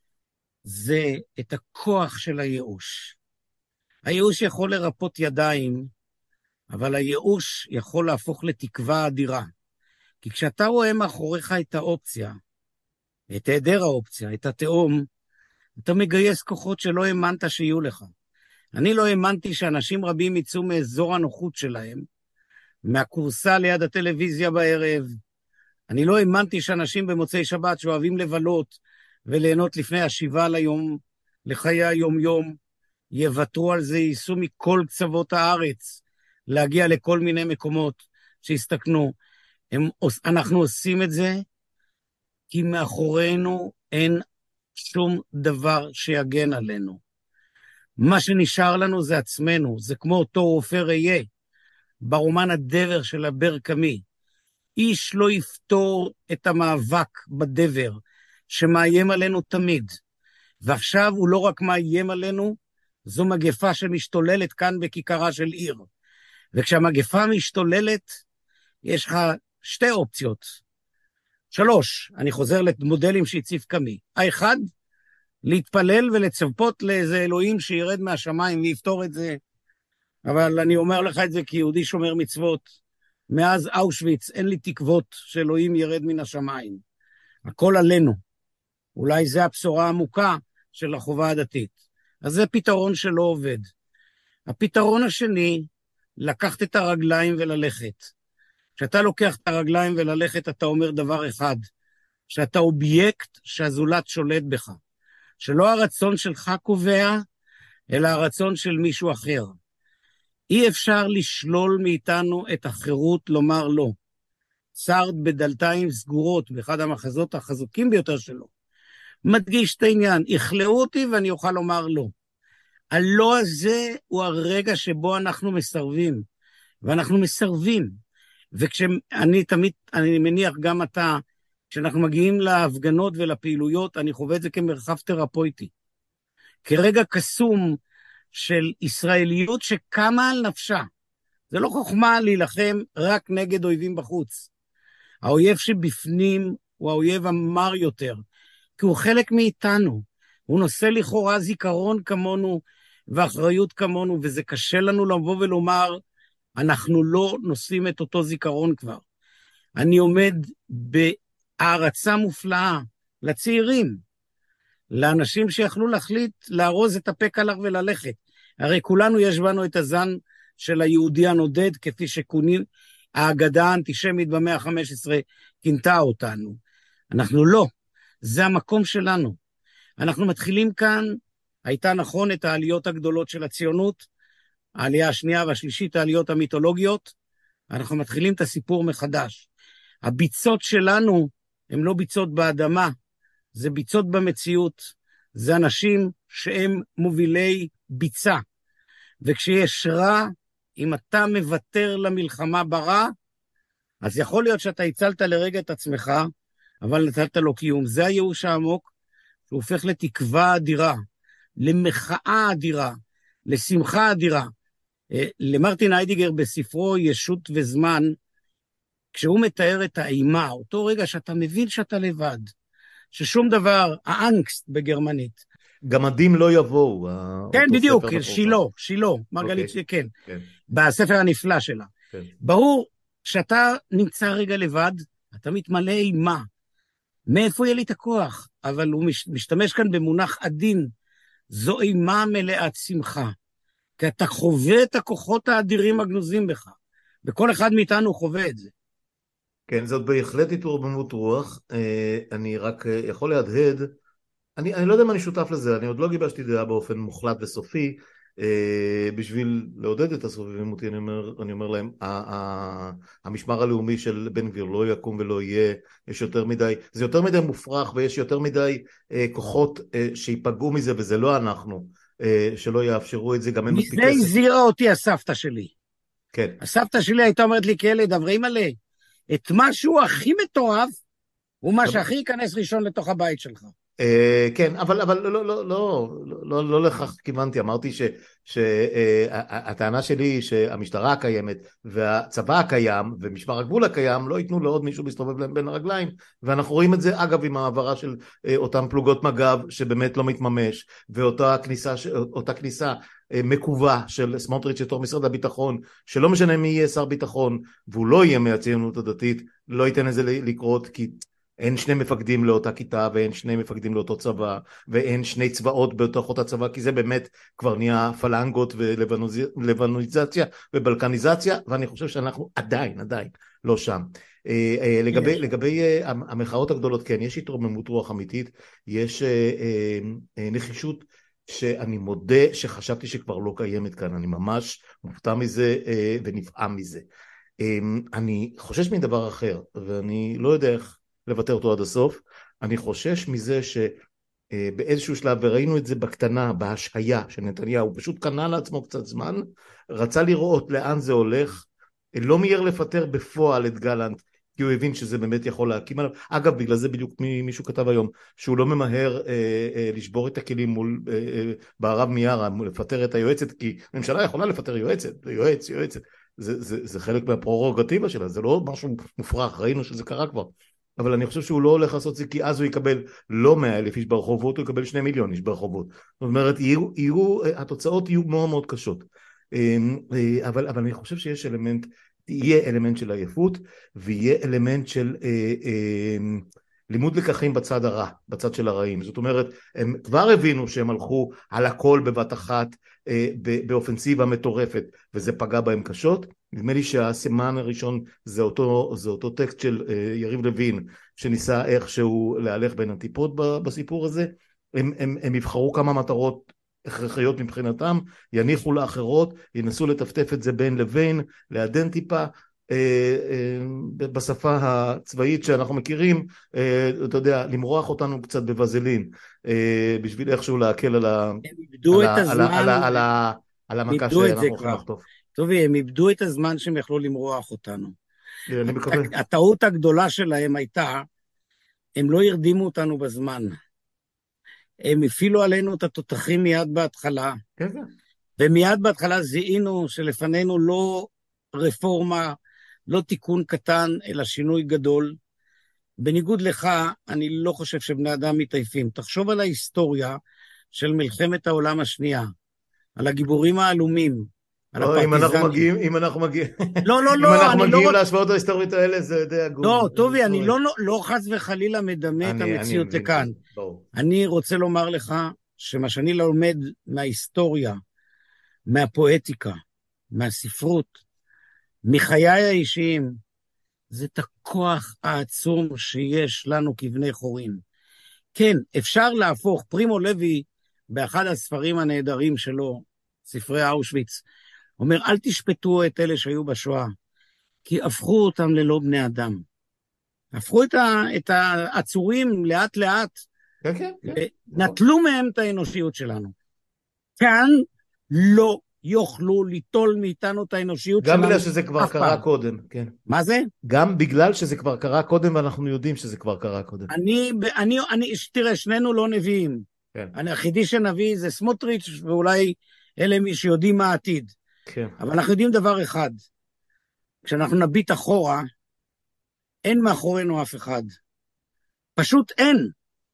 זה את הכוח של הייאוש. הייאוש יכול לרפות ידיים, אבל הייאוש יכול להפוך לתקווה אדירה. כי כשאתה רואה מאחוריך את האופציה, את היעדר האופציה, את התאום, אתה מגייס כוחות שלא האמנת שיהיו לך. אני לא האמנתי שאנשים רבים יצאו מאזור הנוחות שלהם, מהקורסה ליד הטלוויזיה בערב. אני לא האמנתי שאנשים במוצאי שבת שאוהבים לבלות וליהנות לפני השיבה ליום, לחיי היום-יום, יוותרו על זה, ייסעו מכל קצוות הארץ, להגיע לכל מיני מקומות שהסתכנו. הם, אנחנו עושים את זה כי מאחורינו אין שום דבר שיגן עלינו. מה שנשאר לנו זה עצמנו, זה כמו אותו רופא ראייה, ברומן הדבר של אלבר קאמי. איש לא יפתור את המאבק בדבר, שמאיים עלינו תמיד. ועכשיו הוא לא רק מאיים עלינו, זו מגפה שמשתוללת כאן בכיכרה של עיר. וכשהמגפה משתוללת, יש לך שתי אופציות. שלוש, אני חוזר למודלים שהציב קאמי. האחד, להתפלל ולצפות לאיזה אלוהים שירד מהשמיים ויפתור את זה. אבל אני אומר לך את זה כיהודי שומר מצוות. מאז אושוויץ אין לי תקוות שאלוהים ירד מן השמיים. הכל עלינו. אולי זה הבשורה העמוקה של החובה הדתית. אז זה פתרון שלא עובד. הפתרון השני, לקחת את הרגליים וללכת. כשאתה לוקח את הרגליים וללכת, אתה אומר דבר אחד, שאתה אובייקט שהזולת שולט בך. שלא הרצון שלך קובע, אלא הרצון של מישהו אחר. אי אפשר לשלול מאיתנו את החירות לומר לא. סארד בדלתיים סגורות, באחד המחזות החזקים ביותר שלו, מדגיש את העניין, יכלאו אותי ואני אוכל לומר לא. הלא הזה הוא הרגע שבו אנחנו מסרבים, ואנחנו מסרבים. וכשאני תמיד, אני מניח גם אתה, כשאנחנו מגיעים להפגנות ולפעילויות, אני חווה את זה כמרחב תרפויטי. כרגע קסום של ישראליות שקמה על נפשה. זה לא חוכמה להילחם רק נגד אויבים בחוץ. האויב שבפנים הוא האויב המר יותר, כי הוא חלק מאיתנו. הוא נושא לכאורה זיכרון כמונו ואחריות כמונו, וזה קשה לנו לבוא ולומר, אנחנו לא נושאים את אותו זיכרון כבר. אני עומד בהערצה מופלאה לצעירים, לאנשים שיכלו להחליט לארוז את הפה קלח וללכת. הרי כולנו יש בנו את הזן של היהודי הנודד, כפי שקונים, האגדה האנטישמית במאה ה-חמש עשרה כינתה אותנו. אנחנו לא, זה המקום שלנו. אנחנו מתחילים כאן, הייתה נכון את העליות הגדולות של הציונות, העלייה השנייה והשלישית, העליות המיתולוגיות, אנחנו מתחילים את הסיפור מחדש. הביצות שלנו הן לא ביצות באדמה, זה ביצות במציאות, זה אנשים שהם מובילי ביצה. וכשיש רע, אם אתה מוותר למלחמה ברע, אז יכול להיות שאתה הצלת לרגע את עצמך, אבל נתת לו קיום. זה הייאוש העמוק, שהוא הופך לתקווה אדירה, למחאה אדירה, לשמחה אדירה. למרטין היידיגר בספרו ישות וזמן, כשהוא מתאר את האימה, אותו רגע שאתה מבין שאתה לבד, ששום דבר, האנגסט בגרמנית. גמדים לא יבואו. כן, בדיוק, שילה, שילה, מרגלית, okay. כן, okay. בספר הנפלא שלה. Okay. ברור שאתה נמצא רגע לבד, אתה מתמלא אימה. מאיפה יהיה לי את הכוח? אבל הוא משתמש כאן במונח עדין, זו אימה מלאת שמחה. כי אתה חווה את הכוחות האדירים הגנוזים בך. וכל אחד מאיתנו חווה את זה. כן, זאת בהחלט התרוממות רוח. אני רק יכול להדהד, אני, אני לא יודע אם אני שותף לזה, אני עוד לא גיבשתי דעה באופן מוחלט וסופי. בשביל לעודד את הסובבים אותי, אני אומר, אני אומר להם, המשמר הלאומי של בן גביר לא יקום ולא יהיה, יש יותר מדי, זה יותר מדי מופרך, ויש יותר מדי כוחות שיפגעו מזה, וזה לא אנחנו, שלא יאפשרו את זה, גם אין מספיק כסף. מזה הזהירה אותי הסבתא שלי. כן. הסבתא שלי הייתה אומרת לי כילד, אברהים מלא, את משהו הכי מטורף, הוא מה שהכי ייכנס ראשון לתוך הבית שלך. כן, אבל, אבל לא, לא, לא, לא, לא, לא לכך כיוונתי, אמרתי שהטענה שלי היא שהמשטרה הקיימת והצבא הקיים ומשמר הגבול הקיים לא ייתנו לעוד מישהו להסתובב להם בין הרגליים, ואנחנו רואים את זה אגב עם העברה של אותם פלוגות מג"ב שבאמת לא מתממש, ואותה כניסה, אותה כניסה מקובה של סמוטריץ' לתוך משרד הביטחון, שלא משנה מי יהיה שר ביטחון והוא לא יהיה מהציונות הדתית, לא ייתן לזה לקרות, כי אין שני מפקדים לאותה כיתה, ואין שני מפקדים לאותו צבא, ואין שני צבאות בתוך אותה צבא, כי זה באמת כבר נהיה פלנגות ולבנוניזציה ובלקניזציה, ואני חושב שאנחנו עדיין, עדיין לא שם. לגבי, לגבי המחאות הגדולות, כן, יש התרוממות רוח אמיתית, יש נחישות שאני מודה שחשבתי שכבר לא קיימת כאן, אני ממש מופתע מזה ונפעם מזה. אני חושש מדבר אחר, ואני לא יודע איך לבטא אותו עד הסוף. אני חושש מזה שבאיזשהו שלב, וראינו את זה בקטנה, בהשהיה של נתניהו, הוא פשוט קנה לעצמו קצת זמן, רצה לראות לאן זה הולך, לא מיהר לפטר בפועל את גלנט, כי הוא הבין שזה באמת יכול להקים עליו. אגב, בגלל זה בדיוק מישהו כתב היום, שהוא לא ממהר אה, אה, לשבור את הכלים מול אה, אה, בערב מיארה, לפטר את היועצת, כי הממשלה יכולה לפטר יועצת, יועץ, יועצת, זה, זה, זה חלק מהפרורוגטיבה שלה, זה לא משהו מופרך, ראינו שזה קרה כבר. אבל אני חושב שהוא לא הולך לעשות זה, כי אז הוא יקבל לא מאה אלף איש ברחובות, הוא יקבל שני מיליון איש ברחובות. זאת אומרת, יהיו, יהיו, התוצאות יהיו מאוד מאוד קשות. אבל, אבל אני חושב שיש אלמנט, יהיה אלמנט של עייפות, ויהיה אלמנט של אה, אה, לימוד לקחים בצד הרע, בצד של הרעים. זאת אומרת, הם כבר הבינו שהם הלכו על הכל בבת אחת, אה, באופנסיבה מטורפת, וזה פגע בהם קשות. נדמה לי שהסימן הראשון זה אותו, זה אותו טקסט של אה, יריב לוין, שניסה איכשהו להלך בין הטיפות בסיפור הזה. הם, הם, הם יבחרו כמה מטרות הכרחיות מבחינתם, יניחו לאחרות, ינסו לטפטף את זה בין לבין, לעדן טיפה, אה, אה, בשפה הצבאית שאנחנו מכירים, אה, אתה יודע, למרוח אותנו קצת בבזלין, אה, בשביל איכשהו להקל על ה... הם איבדו את הזמן. על ה... על ה... על המכה שאנחנו הולכים לחטוף. טובי, הם איבדו את הזמן שהם יכלו למרוח אותנו. אני מקווה. הטעות הגדולה שלהם הייתה, הם לא הרדימו אותנו בזמן. הם הפעילו עלינו את התותחים מיד בהתחלה. כן, כן. ומיד בהתחלה זיהינו שלפנינו לא רפורמה, לא תיקון קטן, אלא שינוי גדול. בניגוד לך, אני לא חושב שבני אדם מתעייפים. תחשוב על ההיסטוריה של מלחמת העולם השנייה, על הגיבורים העלומים, על הפרטיזנים. אם אנחנו מגיעים, אם אנחנו מגיעים, לא, לא, לא, אם אנחנו מגיעים לא... להשוואות ההיסטוריות האלה, זה די הגון. לא, טובי, אני לא, לא חס וחלילה מדמה את המציאות לכאן. אני רוצה לומר לך שמה שאני לומד מההיסטוריה, מהפואטיקה, מהספרות, מחיי האישיים, זה את הכוח העצום שיש לנו כבני חורין. כן, אפשר להפוך, פרימו לוי, באחד הספרים הנהדרים שלו, ספרי אושוויץ, אומר, אל תשפטו את אלה שהיו בשואה, כי הפכו אותם ללא בני אדם. הפכו את, ה, את העצורים לאט לאט, כן, כן, כן. נטלו מהם את האנושיות שלנו. כאן לא יוכלו ליטול מאיתנו את האנושיות שלנו. גם בגלל שזה כבר קרה קודם, כן. מה זה? גם בגלל שזה כבר קרה קודם, ואנחנו יודעים שזה כבר קרה קודם. אני, אני, אני, תראה, שנינו לא נביאים. כן. אני היחידי שנביא זה סמוטריץ', ואולי אלה מי שיודעים מה העתיד. כן. אבל אנחנו יודעים דבר אחד. כשאנחנו נביט אחורה, אין מאחורינו אף אחד. פשוט אין.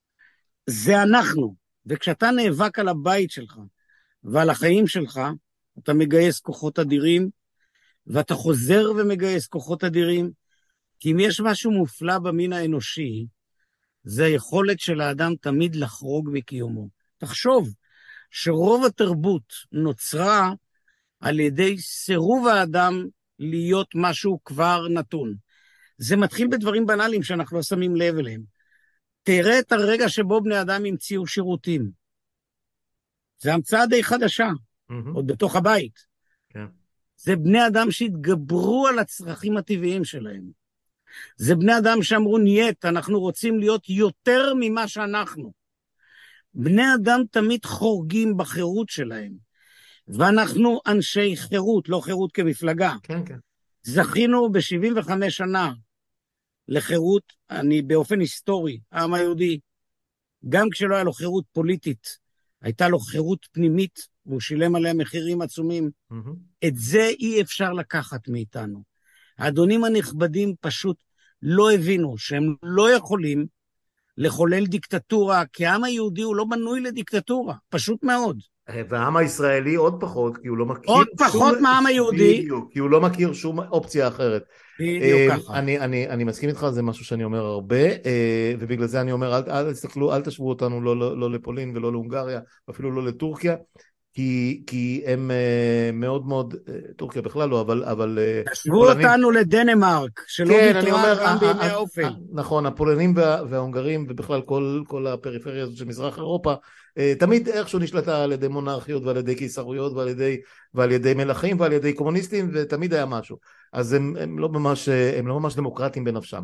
זה אנחנו. וכשאתה נאבק על הבית שלך, ועל החיים שלך, אתה מגייס כוחות אדירים, ואתה חוזר ומגייס כוחות אדירים, כי אם יש משהו מופלא במין האנושי, זה היכולת של האדם תמיד לחרוג מקיומו. תחשוב שרוב התרבות נוצרה על ידי סירוב האדם להיות משהו כבר נתון. זה מתחיל בדברים בנאליים שאנחנו לא שמים לב אליהם. תראה את הרגע שבו בני אדם המציאו שירותים. זה המצאה די חדשה, mm-hmm. עוד בתוך הבית. כן. זה בני אדם שהתגברו על הצרכים הטבעיים שלהם. זה בני אדם שאמרו, נייט, אנחנו רוצים להיות יותר ממה שאנחנו. בני אדם תמיד חורגים בחירות שלהם. ואנחנו אנשי חירות, לא חירות כמפלגה. כן, כן. זכינו ב-שבעים וחמש שנה לחירות, אני באופן היסטורי, העם היהודי, גם כשלא היה לו חירות פוליטית, הייתה לו חירות פנימית, והוא שילם עליה מחירים עצומים. Mm-hmm. את זה אי אפשר לקחת מאיתנו. האדונים הנכבדים פשוט לא הבינו שהם לא יכולים לחולל דיקטטורה, כי העם היהודי הוא לא בנוי לדיקטטורה, פשוט מאוד. והעם הישראלי עוד פחות, כי הוא לא מכיר... עוד פחות שום... מהעם היהודי. בדיוק, כי הוא לא מכיר שום אופציה אחרת. בדיוק ככה. אני, אני, אני מסכים איתך, זה משהו שאני אומר הרבה, ובגלל זה אני אומר, אל, אל תסתכלו, אל תשוו אותנו לא, לא, לא לפולין ולא להונגריה, אפילו לא לטורקיה, כי, כי הם מאוד מאוד, טורקיה בכלל לא, אבל... אבל תשוו אותנו לדנמרק, שלא כן, ויתרה גם בימי האופל. נכון, הפולנים וה, וההונגרים, ובכלל כל, כל הפריפריה הזאת של מזרח אירופה, תמיד איכשהו נשלטה על ידי מונרכיות ועל ידי קיסרויות ועל ידי, ועל ידי מלכים ועל ידי קומוניסטים, ותמיד היה משהו. אז הם, הם, לא ממש, הם לא ממש דמוקרטיים בנפשם.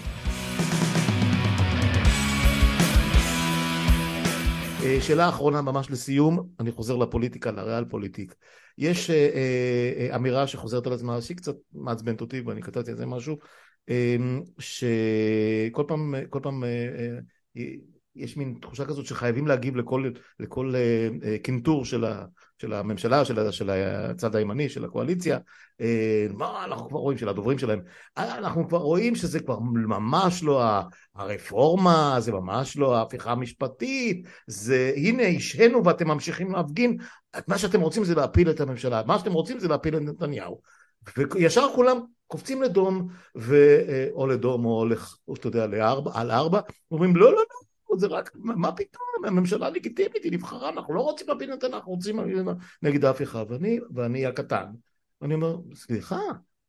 שאלה אחרונה ממש לסיום, אני חוזר לפוליטיקה, לריאל פוליטיק. יש אה, אה, אמירה שחוזרת על עצמה, שהיא קצת מעצבנת אותי, ואני כתבתי על זה משהו, אה, שכל פעם, כל פעם אה, אה, יש מין תחושה כזאת שחייבים להגיב לכל, לכל אה, אה, קינטור של, ה, של הממשלה, של, של הצד הימני, של הקואליציה, אה, מה אנחנו כבר רואים, של הדוברים שלהם, אנחנו כבר רואים שזה כבר ממש לא הרפורמה, זה ממש לא ההפיכה המשפטית, זה הנה השהנו ואתם ממשיכים להפגין, מה שאתם רוצים זה להפיל את הממשלה, מה שאתם רוצים זה להפיל את נתניהו, וישר כולם קופצים לדום, ו, או לדום או, או אתה יודע, לארבע, על ארבע, אומרים לא לא לא, זה רק, מה פתאום, הממשלה לגיטימית, היא נבחרה, אנחנו לא רוצים להפיל נתניהו, אנחנו רוצים נגד ההפיכה, ואני, ואני הקטן, ואני אומר, סליחה,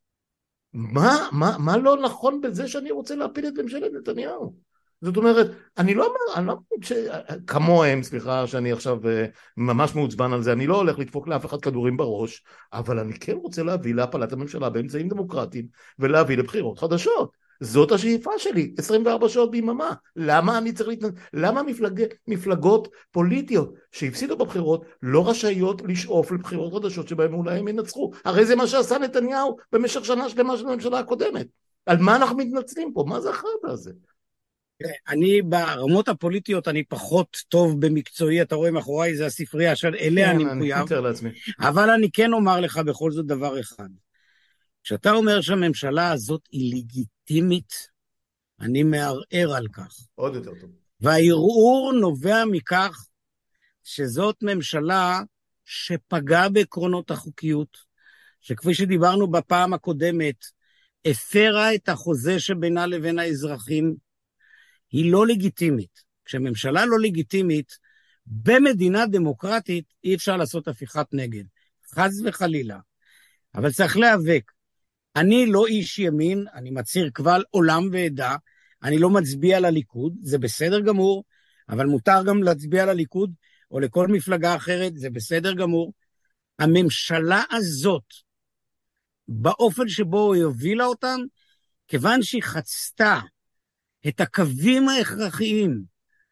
מה, מה, מה לא נכון בזה שאני רוצה להפיל את ממשלת נתניהו? זאת אומרת, אני לא אומר, אני לא אומר ש... כמוהם, סליחה, שאני עכשיו ממש מעוצבן על זה, אני לא הולך לדפוק לאף אחד כדורים בראש, אבל אני כן רוצה להביא להפלת הממשלה באמצעים דמוקרטיים, ולהביא לבחירות חדשות. זאת השאיפה שלי, עשרים וארבע שעות ביממה. למה אני צריך להתנ... למה מפלג... מפלגות פוליטיות שהפסידו בבחירות לא רשאיות לשאוף לבחירות חדשות שבהם אולי הם ינצחו? הרי זה מה שעשה נתניהו במשך שנה שלמה של הממשלה הקודמת. על מה אנחנו מתנצלים פה? מה זה החרדה הזה? אני ברמות הפוליטיות אני פחות טוב במקצועי, אתה רואה מאחוריי זה הספרייה של אליה אני מחויב, אבל אני כן אומר לך בכל זאת דבר אחד. כשאתה אומר שהממשלה הזאת היא לגיטימית, אני מערער על כך. עוד יותר טוב. והערעור נובע מכך שזאת ממשלה שפגעה בעקרונות החוקיות, שכפי שדיברנו בפעם הקודמת, הפרה את החוזה שבינה לבין האזרחים, היא לא לגיטימית. כשממשלה לא לגיטימית, במדינה דמוקרטית אי אפשר לעשות הפיכת נגד. חס וחלילה. אבל צריך להיאבק. אני לא איש ימין, אני מצהיר קבל עולם ועדה, אני לא מצביע לליכוד, זה בסדר גמור, אבל מותר גם להצביע לליכוד, או לכל מפלגה אחרת, זה בסדר גמור. הממשלה הזאת, באופן שבו היא הובילה אותם, כיוון שהיא חצתה את הקווים ההכרחיים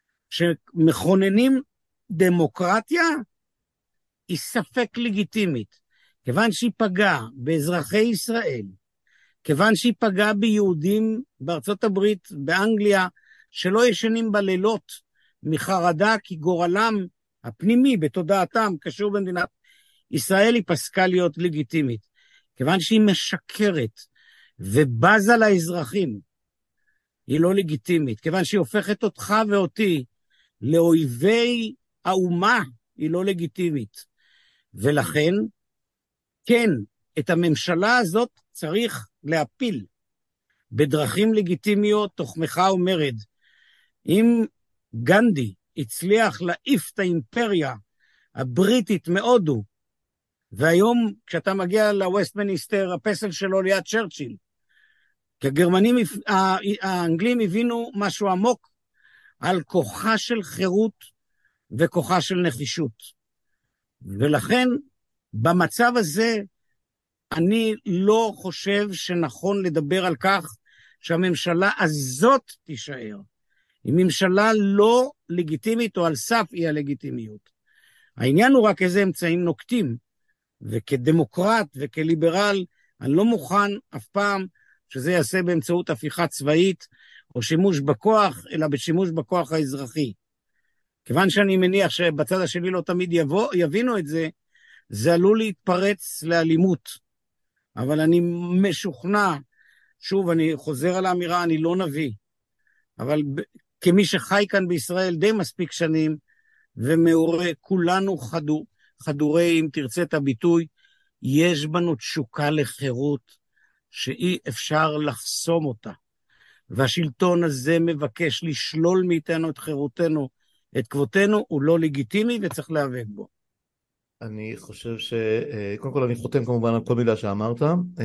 שמכוננים דמוקרטיה, היא ספק לגיטימית. כיוון שהיא פגעה באזרחי ישראל, כיוון שהיא פגעה ביהודים בארצות הברית, באנגליה, שלא ישנים בלילות מחרדה, כי גורלם הפנימי בתודעתם קשור במדינת ישראל, היא פסקה להיות לגיטימית. כיוון שהיא משקרת ובזה לאזרחים, היא לא לגיטימית. כיוון שהיא הופכת אותך ואותי לאויבי האומה, היא לא לגיטימית. ולכן, כן, את הממשלה הזאת צריך להפיל בדרכים לגיטימיות תוך מחאה ומרד. אם גנדי הצליח להעיף את האימפריה הבריטית מהודו, והיום כשאתה מגיע לווסטמיניסטר, הפסל שלו ליד צ'רצ'יל, כי הגרמנים, האנגלים הבינו משהו עמוק על כוחה של חירות וכוחה של נחישות. ולכן, במצב הזה, אני לא חושב שנכון לדבר על כך שהממשלה הזאת תישאר. היא ממשלה לא לגיטימית או על סף אי הלגיטימיות. העניין הוא רק איזה אמצעים נוקטים, וכדמוקרט וכליברל, אני לא מוכן אף פעם שזה יעשה באמצעות הפיכה צבאית, או שימוש בכוח, אלא בשימוש בכוח האזרחי. כיוון שאני מניח שבצד השני לא תמיד יבוא, יבינו את זה, זה עלול להתפרץ לאלימות. אבל אני משוכנע, שוב, אני חוזר על האמירה, אני לא נביא, אבל כמי שחי כאן בישראל די מספיק שנים, ומעורה, כולנו חדור, חדורי, אם תרצה את הביטוי, יש בנו תשוקה לחירות, שאי אפשר לחסום אותה. והשלטון הזה מבקש לשלול מאיתנו את חירותנו, את כבודנו, הוא לא לגיטימי וצריך להיאבק בו. אני חושב ש... קודם כל אני חותם כמובן על כל מילה שאמרת.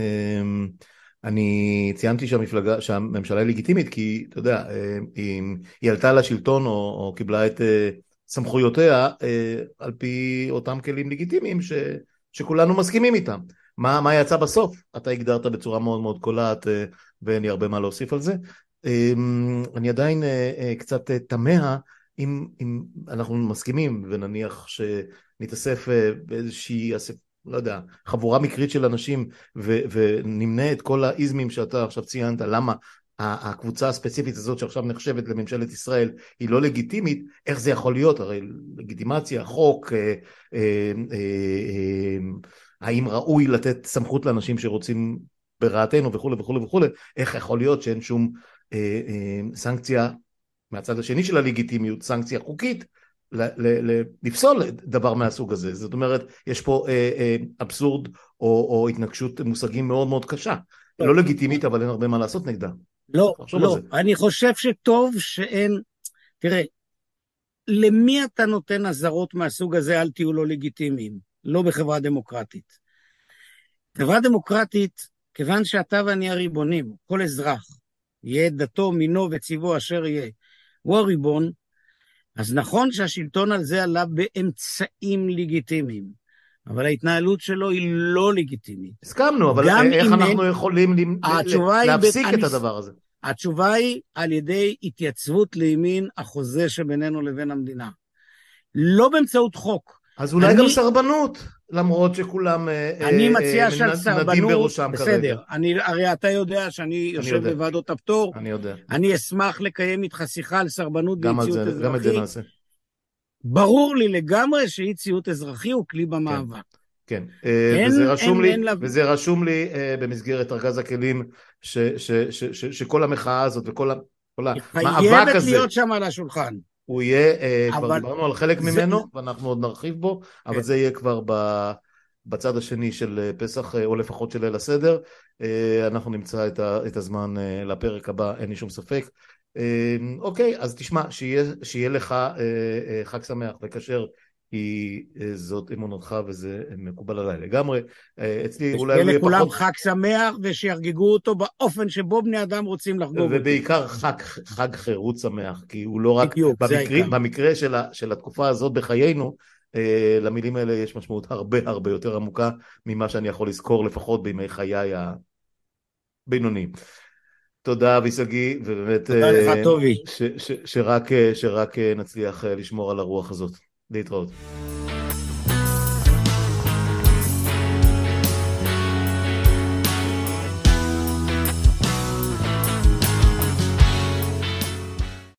אני ציינתי שהמפלגה, שהממשלה היא לגיטימית, כי אתה יודע, היא, היא עלתה לשלטון או, או קיבלה את סמכויותיה על פי אותם כלים לגיטימיים ש, שכולנו מסכימים איתם. מה, מה יצא בסוף? אתה הגדרת בצורה מאוד מאוד קולעת, ואין לי הרבה מה להוסיף על זה. אני עדיין קצת תמה, אם, אם אנחנו מסכימים ונניח שנתאסף באיזושהי, לא יודע, חבורה מקרית של אנשים ו, ונמנה את כל האיזמים שאתה עכשיו ציינת, למה הקבוצה הספציפית הזאת שעכשיו נחשבת לממשלת ישראל היא לא לגיטימית, איך זה יכול להיות? הרי לגיטימציה, חוק, אה, אה, אה, האם ראוי לתת סמכות לאנשים שרוצים ברעתנו וכו' וכו' וכו', איך יכול להיות שאין שום אה, אה, סנקציה מהצד השני של הלגיטימיות, סנקציה חוקית, לפסול דבר מהסוג הזה. זאת אומרת, יש פה אה, אה, אבסורד או, או התנגשות מושגים מאוד מאוד קשה. לא, לא לגיטימית, אבל אין הרבה מה לעשות נגדה. לא, לא. אני חושב שטוב שאין... תראה, למי אתה נותן עזרות מהסוג הזה, אל תהיו לא לגיטימיים? לא בחברה דמוקרטית. חברה דמוקרטית, כיוון שאתה ואני הריבונים, כל אזרח, יהיה דתו, מינו וצבעו אשר יהיה, הוא הריבון, אז נכון שהשלטון על זה עלה באמצעים לגיטימיים, אבל ההתנהלות שלו היא לא לגיטימית. הסכמנו, אבל איך אנחנו יכולים להפסיק את הדבר הזה? התשובה היא על ידי התייצבות לימין החוזה שבינינו לבין המדינה. לא באמצעות חוק. אז אולי גם סרבנות, למרות שכולם נדים בראשם כרגע. בסדר, הרי אתה יודע שאני יושב בוועדות הפטור. אני יודע. אני אשמח לקיים איתך שיחה על סרבנות ואי-ציות אזרחי. גם את זה נעשה. ברור לי לגמרי שאי-ציות אזרחי הוא כלי במאבק. כן, וזה רשום לי, וזה רשום לי במסגרת ארגז הכלים, שכל המחאה הזאת וכל המאבק הזה, חייבת להיות שם על השולחן. הוא יהיה, כבר דיברנו על חלק ממנו, ואנחנו עוד נרחיב בו, אבל זה יהיה כבר בצד השני של פסח, או לפחות של ליל הסדר. אנחנו נמצא את הזמן לפרק הבא, אין לי שום ספק. אוקיי, אז תשמע, שיהיה לך חג שמח וכשר, כי זאת אמונתך וזה מקובל עליי לגמרי. אצלי אולי שיהיה לכולם חג שמח ושירגגו אותו באופן שבו בני אדם רוצים לחגוג אותו. ובעיקר חג, חג חירות שמח, כי הוא לא רק במקרה, במקרה של, ה, של התקופה הזאת בחיינו, למילים האלה יש משמעות הרבה הרבה יותר עמוקה ממה שאני יכול לזכור לפחות בימי חיי הבינוניים. תודה אבי שגיא, ובאמת תודה לך טובי. ש, ש, שרק, שרק נצליח לשמור על הרוח הזאת. להתראות.